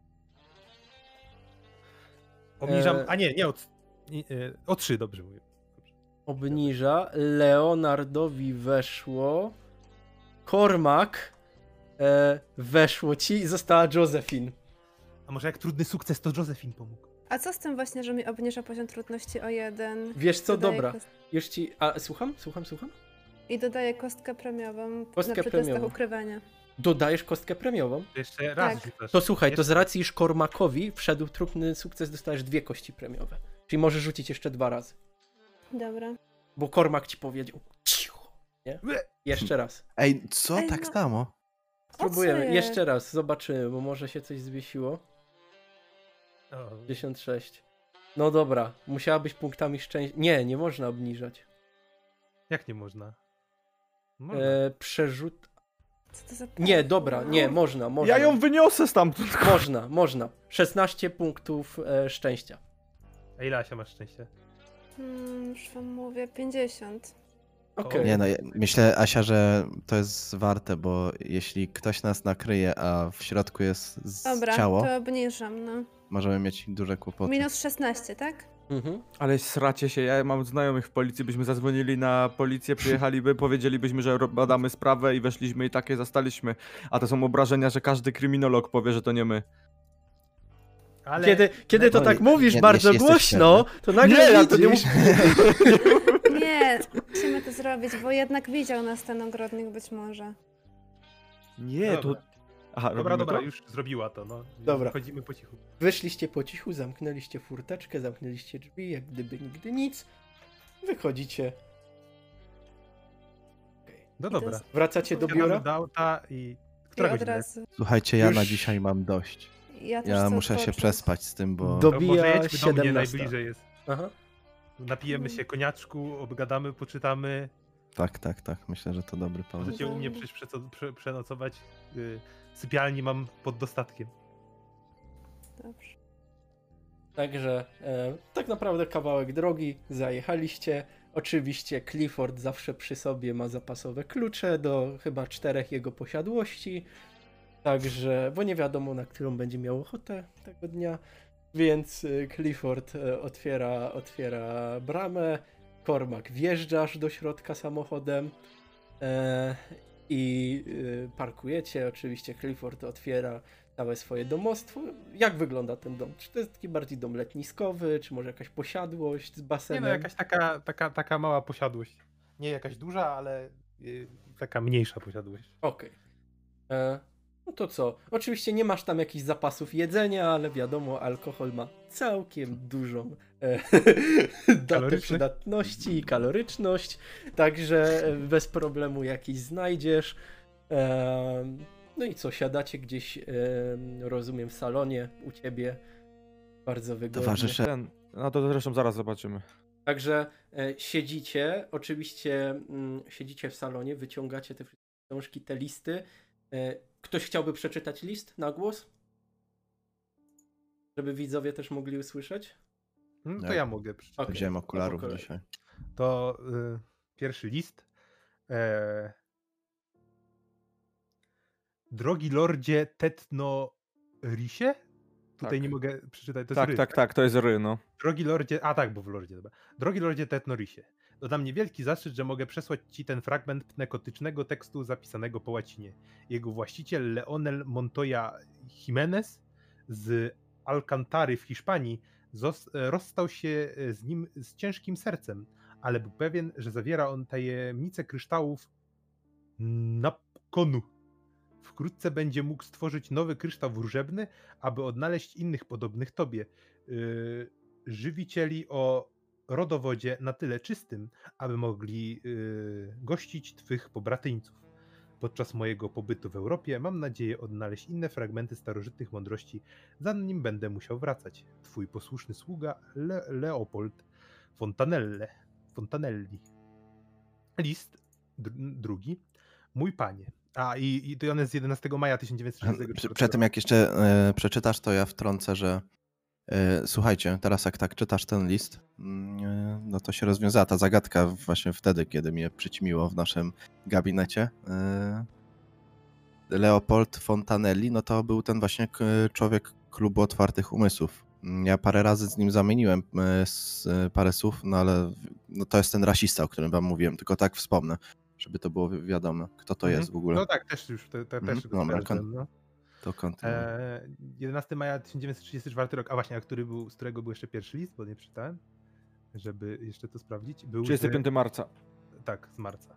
Obniżam, E, a nie, o 3, dobrze mówię. Obniża. Leonardowi weszło. Cormac weszło ci i została Josephine. A może jak trudny sukces, to Josephine pomógł. A co z tym właśnie, że mi obniża poziom trudności o 1? Wiesz co, Dodaję dobra. kost- Już ci... A, słucham? I dodaję kostkę premiową Kostkę na przetestach premiową. ukrywania. Dodajesz kostkę premiową? Jeszcze raz Tak. rzucasz. To słuchaj, to Jeszcze- z racji, iż Cormacowi wszedł trudny sukces, dostajesz 2 kości premiowe. Czyli możesz rzucić jeszcze 2 razy. Dobra. Bo Cormac ci powiedział cicho, nie? Jeszcze raz. Ej, co? Ej, Tak no. samo? Spróbujemy. jest? Jeszcze raz, zobaczymy, bo może się coś zwiesiło. O, 56. No dobra, musiałabyś punktami szczęścia... Nie można obniżać. jak nie można? Można. Przerzut... Co to za Nie, dobra, nie, można. Ja ją wyniosę stamtąd. Można. 16 punktów szczęścia. A ile Asia masz szczęście? Już wam mówię, 50. Okej. Nie no, myślę, Asia, że to jest warte, bo jeśli ktoś nas nakryje, a w środku jest Dobra, ciało, to obniżam, no. możemy mieć duże kłopoty. Minus 16, tak? Mhm. Ale sracie się, ja mam znajomych w policji, byśmy zadzwonili na policję, przyjechaliby, powiedzielibyśmy, że badamy sprawę i weszliśmy i takie zastaliśmy. A to są obrażenia, że każdy kryminolog powie, że to nie my. Ale Kiedy to No, tak mówisz nie- bardzo jeśli jesteś głośno, to nagle Nie, ja to nie widzisz... Nie, musimy to zrobić, bo jednak widział nas ten ogrodnik być może. Nie, to... Dobra. Aha, Dobra, robimy dobra, to? już zrobiła to, no. Dobra. Chodzimy po cichu. Wyszliście po cichu, zamknęliście furteczkę, zamknęliście drzwi, jak gdyby nigdy nic. Wychodzicie, No I to dobra. jest- wracacie do Wsiadamy biura. do auta i... I Która od godzina jest? razu. Słuchajcie, ja na Już- dzisiaj mam dość. Ja, też Ja chcę muszę się odpocząć. przespać z tym, bo... Do- To Dobija może jedźmy do mnie, 17. najbliżej jest. Aha. Napijemy się koniaczku, obgadamy, poczytamy. Tak, myślę, że to dobry pomysł. Możecie u mnie przyjść przenocować. Sypialni mam pod dostatkiem. Dobrze. Także tak naprawdę kawałek drogi, zajechaliście. Oczywiście Clifford zawsze przy sobie ma zapasowe klucze do chyba 4 jego posiadłości. Także, bo nie wiadomo na którą będzie miał ochotę tego dnia. Więc Clifford otwiera bramę. Cormac wjeżdżasz do środka samochodem i parkujecie. Oczywiście Clifford otwiera całe swoje domostwo. Jak wygląda ten dom? Czy to jest taki bardziej dom letniskowy, czy może jakaś posiadłość z Nie basenem? no, jakaś taka mała posiadłość. Nie jakaś duża, ale taka mniejsza posiadłość. Okej. No to co? Oczywiście nie masz tam jakichś zapasów jedzenia, ale wiadomo, alkohol ma całkiem dużą datę Kaloryczność? przydatności i kaloryczność, także bez problemu jakiś znajdziesz. No i co, siadacie gdzieś, rozumiem, w salonie u ciebie. Bardzo wygodnie. Towarzysze, No to zresztą zaraz zobaczymy. Także siedzicie, oczywiście siedzicie w salonie, wyciągacie te wszystkie książki, te listy. Ktoś chciałby przeczytać list na głos? Żeby widzowie też mogli usłyszeć? No to Nie. ja mogę przeczytać. Okej, wziąłem no po okularów kolei. dzisiaj. To pierwszy list. Drogi lordzie Tetnorisie? Tutaj Tak. nie mogę przeczytać, to jest ry, Tak, to jest ry, no. Drogi lordzie, a tak, bo w lordzie, dobra. Drogi lordzie Tetnorisie, to dla mnie wielki zaszczyt, że mogę przesłać ci ten fragment pnekotycznego tekstu zapisanego po łacinie. Jego właściciel Leonel Montoya Jimenez z Alcantary w Hiszpanii rozstał się z nim z ciężkim sercem, ale był pewien, że zawiera on tajemnicę kryształów Napkonu. Wkrótce będzie mógł stworzyć nowy kryształ wróżebny, aby odnaleźć innych podobnych tobie. Żywicieli o rodowodzie na tyle czystym, aby mogli gościć twych pobratyńców. Podczas mojego pobytu w Europie mam nadzieję odnaleźć inne fragmenty starożytnych mądrości, zanim będę musiał wracać. Twój posłuszny sługa Leopold Fontanelli. List drugi. Mój panie. I to on jest z 11 maja 1934 Przed tym jak jeszcze przeczytasz, to ja wtrącę, że słuchajcie, teraz jak tak czytasz ten list, no to się rozwiązała ta zagadka właśnie wtedy, kiedy mnie przyćmiło w naszym gabinecie. Leopold Fontanelli, no to był ten właśnie człowiek klubu otwartych umysłów. Ja parę razy z nim zamieniłem parę słów, no ale no to jest ten rasista, o którym wam mówiłem, tylko tak wspomnę, żeby to było wiadome, kto to jest w ogóle. No tak, też już też dobra, sprawdzłem, no. To kontynuuj. 11 maja 1934 rok, a właśnie, z którego był jeszcze pierwszy list, bo nie przeczytałem, żeby jeszcze to sprawdzić. Był 35 marca. Tak, z marca.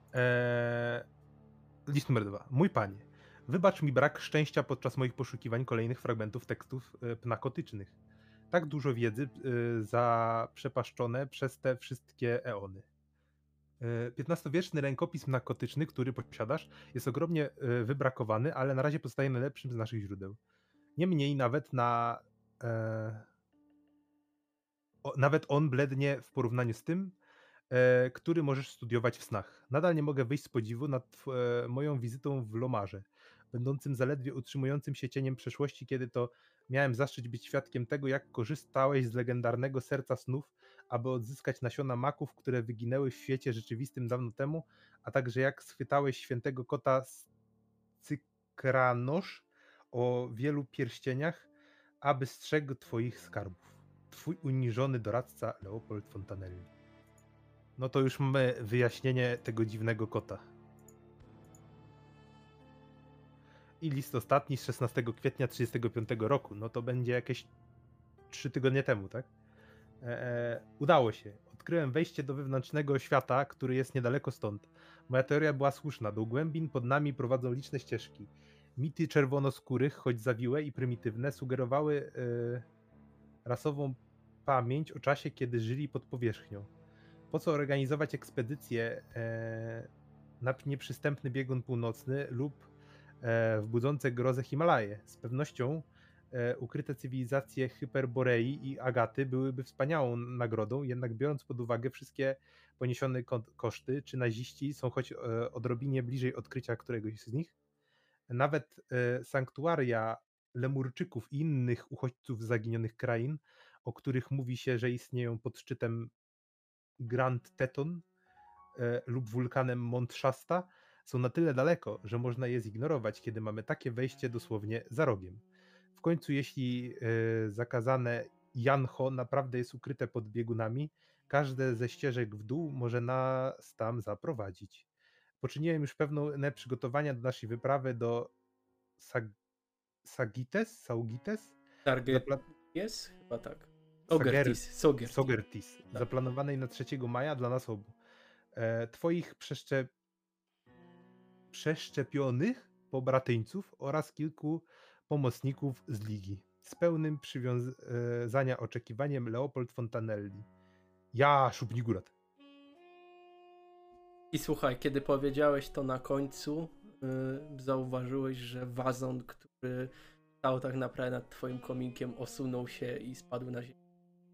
List numer 2. Mój panie, wybacz mi brak szczęścia podczas moich poszukiwań kolejnych fragmentów tekstów pnakotycznych. Tak dużo wiedzy zaprzepaszczone przez te wszystkie eony. XV-wieczny rękopis pnakotyczny, który posiadasz, jest ogromnie wybrakowany, ale na razie pozostaje najlepszym z naszych źródeł. Niemniej nawet on blednie w porównaniu z tym, który możesz studiować w snach. Nadal nie mogę wyjść z podziwu nad moją wizytą w Lomarze, będącym zaledwie utrzymującym się cieniem przeszłości, kiedy to miałem zaszczyt być świadkiem tego, jak korzystałeś z legendarnego serca snów, aby odzyskać nasiona maków, które wyginęły w świecie rzeczywistym dawno temu, a także jak schwytałeś świętego kota Cykranosz o wielu pierścieniach, aby strzegł twoich skarbów. Twój uniżony doradca Leopold Fontanelli. No to już mamy wyjaśnienie tego dziwnego kota. I list ostatni z 16 kwietnia 1935 roku. No to będzie jakieś 3 tygodnie temu, tak? Udało się. Odkryłem wejście do wewnętrznego świata, który jest niedaleko stąd. Moja teoria była słuszna. Do głębin pod nami prowadzą liczne ścieżki. Mity czerwonoskórych, choć zawiłe i prymitywne, sugerowały rasową pamięć o czasie, kiedy żyli pod powierzchnią. Po co organizować ekspedycję na nieprzystępny biegun północny lub w budzące grozę Himalaje? Z pewnością ukryte cywilizacje Hyperborei i Agaty byłyby wspaniałą nagrodą, jednak biorąc pod uwagę wszystkie poniesione koszty, czy naziści są choć odrobinie bliżej odkrycia któregoś z nich? Nawet sanktuaria Lemurczyków i innych uchodźców z zaginionych krain, o których mówi się, że istnieją pod szczytem Grand Teton lub wulkanem Mont Shasta, są na tyle daleko, że można je zignorować, kiedy mamy takie wejście dosłownie za rogiem. W końcu, jeśli zakazane Janho naprawdę jest ukryte pod biegunami, każde ze ścieżek w dół może nas tam zaprowadzić. Poczyniłem już pewne przygotowania do naszej wyprawy do Saugites? Target jest? Chyba tak. Sogertis, Tak. zaplanowanej na 3 maja dla nas obu. Twoich przeszczepionych pobratyńców oraz kilku pomocników z Ligi. Z pełnym przywiązania oczekiwaniem Leopold Fontanelli. Ja, Szubnigurat. I słuchaj, kiedy powiedziałeś to na końcu, zauważyłeś, że wazon, który stał tak naprawdę nad twoim kominkiem, osunął się i spadł na ziemię.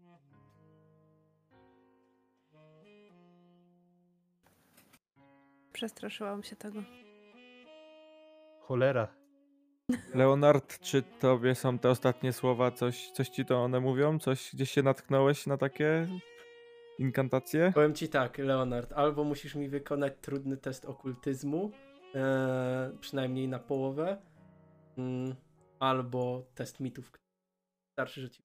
Przestraszyłam się tego. Cholera. Leonard, czy tobie są te ostatnie słowa, coś ci to one mówią? Coś, gdzieś się natknąłeś na takie inkantacje? Powiem ci tak, Leonard, albo musisz mi wykonać trudny test okultyzmu, przynajmniej na połowę, albo test mitów. Starszy, że ci...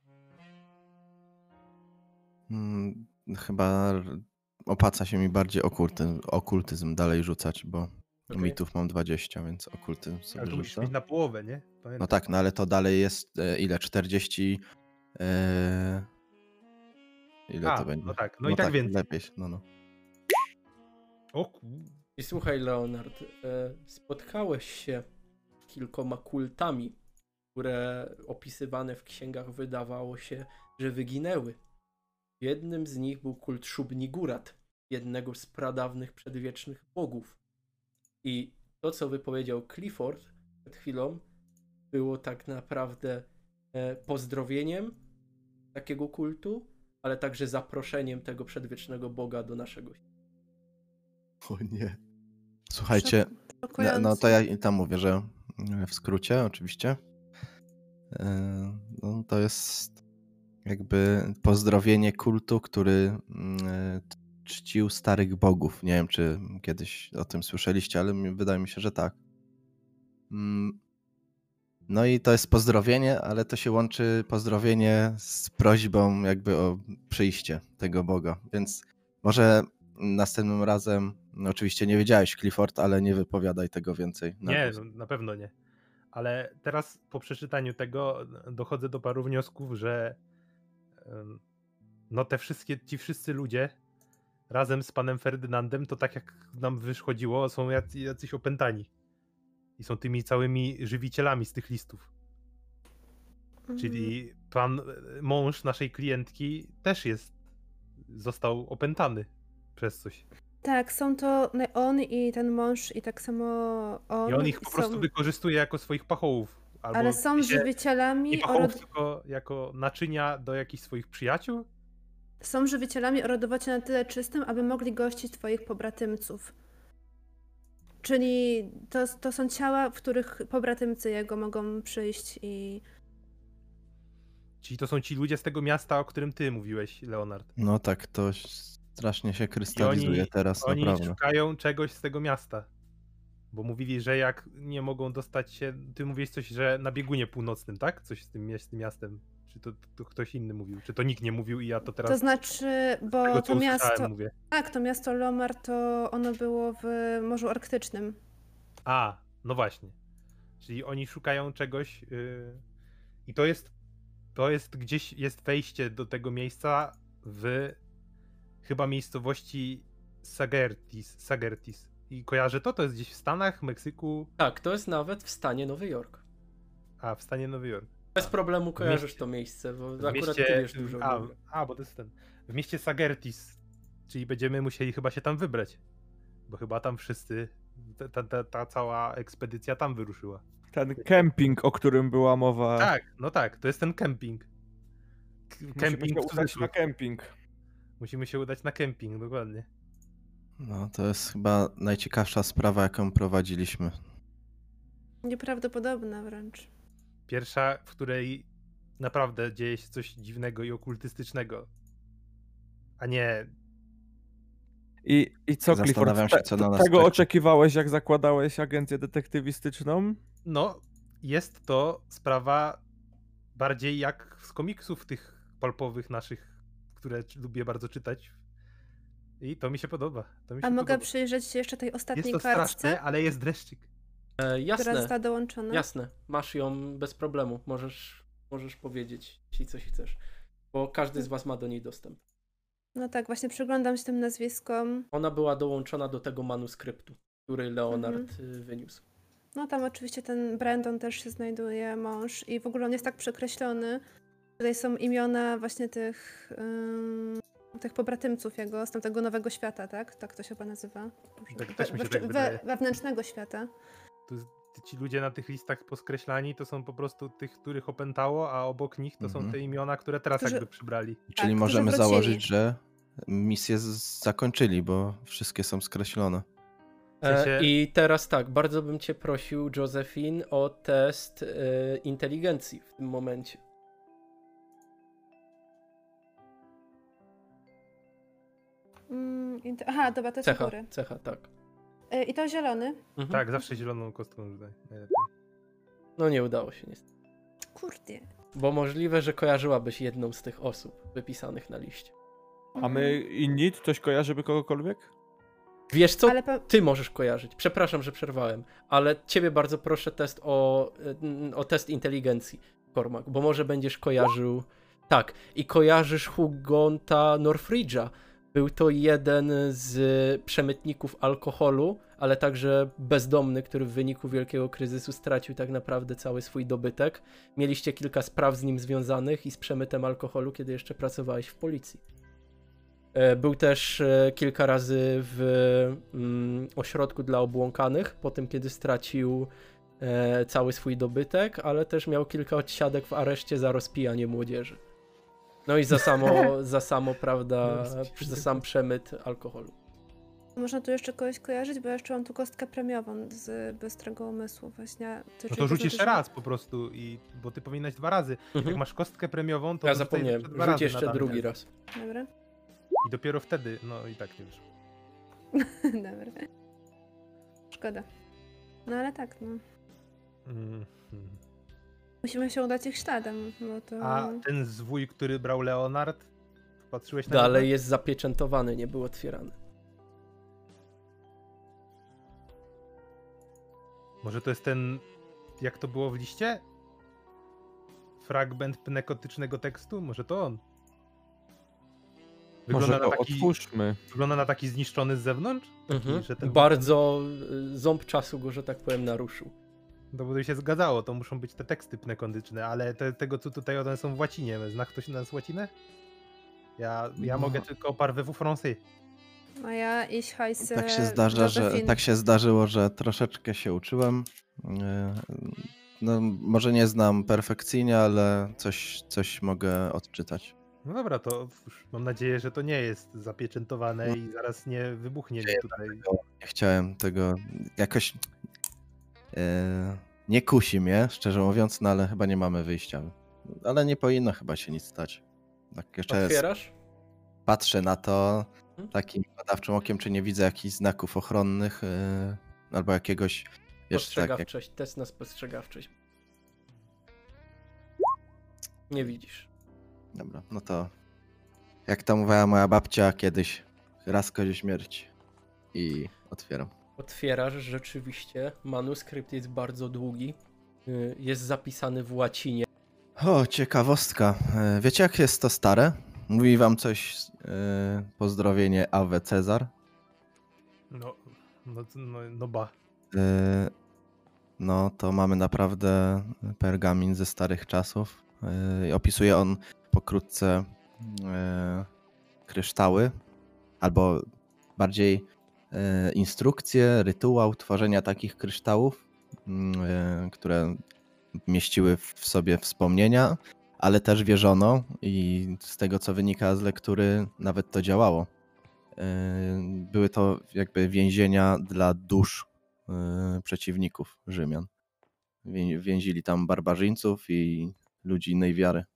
Chyba opłaca się mi bardziej okultyzm dalej rzucać, bo Okej. mitów mam 20, więc okultyzm Ale sobie to musisz rzucę. mieć na połowę, nie? Pamiętaj. No tak, no ale to dalej jest ile? 40... ile to będzie? No tak, no i tak więcej. Lepiej, no. O I słuchaj, Leonard, spotkałeś się z kilkoma kultami, które opisywane w księgach wydawało się, że wyginęły. Jednym z nich był kult Szubnigurat, jednego z pradawnych przedwiecznych bogów. I to, co wypowiedział Clifford przed chwilą, było tak naprawdę pozdrowieniem takiego kultu, ale także zaproszeniem tego przedwiecznego Boga do naszego świata. O nie. Słuchajcie, no Szokujące. to ja tam mówię, że w skrócie oczywiście no, to jest jakby pozdrowienie kultu, który czcił starych bogów. Nie wiem, czy kiedyś o tym słyszeliście, ale wydaje mi się, że tak. No i to jest pozdrowienie, ale to się łączy pozdrowienie z prośbą jakby o przyjście tego Boga. Więc może następnym razem, no oczywiście nie wiedziałeś, Clifford, ale nie wypowiadaj tego więcej na Nie, głos. no, na pewno nie. Ale teraz po przeczytaniu tego dochodzę do paru wniosków, że no ci wszyscy ludzie razem z panem Ferdynandem, to tak jak nam wyszkodziło, są jacyś opętani. I są tymi całymi żywicielami z tych listów. Czyli mąż naszej klientki też został opętany przez coś. Tak, są to on i ten mąż i tak samo on. I on ich po prostu wykorzystuje jako swoich pachołów. Albo Ale są żywicielami. nie pachołów, tylko jako naczynia do jakichś swoich przyjaciół. Są żywicielami o rodowocie na tyle czystym, aby mogli gościć twoich pobratymców. Czyli to są ciała, w których pobratymcy jego mogą przyjść i... Czyli to są ci ludzie z tego miasta, o którym ty mówiłeś, Leonard. No tak, to strasznie się krystalizuje teraz, oni naprawdę. szukają czegoś z tego miasta. Bo mówili, że jak nie mogą dostać się... Ty mówiłeś coś, że na biegunie północnym, tak? Coś z tym miastem. Czy to ktoś inny mówił? Czy to nikt nie mówił i ja to teraz... To znaczy, bo tego, to miasto... mówię. Tak, to miasto Lomar, to ono było w Morzu Arktycznym. A, no właśnie. Czyli oni szukają czegoś i to jest gdzieś, jest wejście do tego miejsca w chyba miejscowości Sagertis. I kojarzę to jest gdzieś w Stanach, Meksyku. Tak, to jest nawet w stanie Nowy Jork. A, w stanie Nowy Jork. Bez problemu kojarzysz to miejsce, bo akurat ty wiesz dużo. Bo to jest w mieście Sagertis, czyli będziemy musieli chyba się tam wybrać, bo chyba tam wszyscy, ta cała ekspedycja tam wyruszyła. Ten kemping, o którym była mowa. Tak, no tak, to jest ten kemping. Musimy się udać na kemping. Musimy się udać na kemping, dokładnie. No to jest chyba najciekawsza sprawa, jaką prowadziliśmy. Nieprawdopodobna wręcz. Pierwsza, w której naprawdę dzieje się coś dziwnego i okultystycznego. A nie... I co, Zastanawiam Clifford, się, co na nas tego czeka. oczekiwałeś, jak zakładałeś agencję detektywistyczną? No, jest to sprawa bardziej jak z komiksów tych pulpowych naszych, które lubię bardzo czytać. I to mi się podoba. A mogę przyjrzeć się jeszcze tej ostatniej jest to kartce, straszne, ale jest dreszczyk. która Jasne, została dołączona? jasne. Masz ją bez problemu. Możesz powiedzieć, jeśli coś chcesz. Bo każdy z was ma do niej dostęp. No tak, właśnie przyglądam się tym nazwiskom. Ona była dołączona do tego manuskryptu, który Leonard wyniósł. No tam oczywiście ten Brandon też się znajduje, mąż. I w ogóle on jest tak przekreślony. Tutaj są imiona właśnie tych pobratymców jego z tamtego Nowego Świata, tak? Tak to się chyba nazywa. Tak też mi się tak wydaje. Wewnętrznego świata. Ci ludzie na tych listach poskreślani to są po prostu tych, których opętało, a obok nich to są te imiona, które teraz jakby przybrali. Czyli Tak, możemy którzy wrócili. założyć, że misję zakończyli, bo wszystkie są skreślone. I teraz tak, bardzo bym cię prosił, Josephine, o test inteligencji w tym momencie. Aha, dobra, to jest u góry. Cecha, tak. I to zielony. Tak, zawsze zieloną kostką rzucaj. No nie udało się niestety. Kurde. Bo możliwe, że kojarzyłabyś jedną z tych osób wypisanych na liście. A my inni? Ktoś kojarzy by kogokolwiek? Wiesz co? Ale Ty możesz kojarzyć. Przepraszam, że przerwałem, ale ciebie bardzo proszę test o test inteligencji, Cormac, bo może będziesz kojarzył... Tak, i kojarzysz Hugonta Northridge'a. Był to jeden z przemytników alkoholu, ale także bezdomny, który w wyniku wielkiego kryzysu stracił tak naprawdę cały swój dobytek. Mieliście kilka spraw z nim związanych i z przemytem alkoholu, kiedy jeszcze pracowałeś w policji. Był też kilka razy w ośrodku dla obłąkanych, po tym kiedy stracił cały swój dobytek, ale też miał kilka odsiadek w areszcie za rozpijanie młodzieży. No i za samo, prawda, za sam przemyt alkoholu. Można tu jeszcze kogoś kojarzyć, bo ja jeszcze mam tu kostkę premiową z Bystrego Umysłu właśnie. No to rzuć jeszcze raz po prostu, bo ty powinnaś 2 razy. Jak masz kostkę premiową, to Ja rzucaj zapomniałem, jeszcze 2 rzuć razy jeszcze na drugi damię. raz. Dobra. I dopiero wtedy, no i tak nie wyszło. Dobra. Szkoda. No ale tak, no. Mhm. Musimy się udać ich śladem, bo to... A ten zwój, który brał Leonard, patrzyłeś na Dalej niego? jest zapieczętowany, nie był otwierany. Może to jest ten, jak to było w liście? Fragment pnekotycznego tekstu? Może to on? Może go otwórzmy. Wygląda na taki zniszczony z zewnątrz? Że ten Bardzo ząb czasu go, że tak powiem, naruszył. No bo by się zgadzało, to muszą być te teksty pnekotyczne, ale tego co tutaj one są w łacinie. Zna ktoś nas łacinę? Ja No. mogę tylko parlez-vous français. A ja iść hajsy... Tak się zdarzyło, że troszeczkę się uczyłem. No, może nie znam perfekcyjnie, ale coś mogę odczytać. No dobra, to już mam nadzieję, że to nie jest zapieczętowane i zaraz nie wybuchnie mi tutaj. Nie chciałem tego jakoś... nie kusi mnie, szczerze mówiąc, no ale chyba nie mamy wyjścia. Ale nie powinno chyba się nic stać. Tak jeszcze Otwierasz? patrzę na to takim badawczym okiem, czy nie widzę jakichś znaków ochronnych albo jakiegoś... Wiesz, tak, Postrzegawczość, test na spostrzegawczość. Nie widzisz. Dobra, no to jak to mówiła moja babcia kiedyś, raz kozie śmierć i otwieram. Otwierasz, rzeczywiście. Manuskrypt jest bardzo długi. Jest zapisany w łacinie. O, ciekawostka. Wiecie jak jest to stare? Mówi wam coś pozdrowienie Ave Cezar? No ba. No to mamy naprawdę pergamin ze starych czasów. Opisuje on pokrótce kryształy, albo bardziej instrukcję, rytuał tworzenia takich kryształów, które mieściły w sobie wspomnienia, ale też wierzono i z tego co wynika z lektury nawet to działało. Były to jakby więzienia dla dusz przeciwników Rzymian. Więzili tam barbarzyńców i ludzi innej wiary.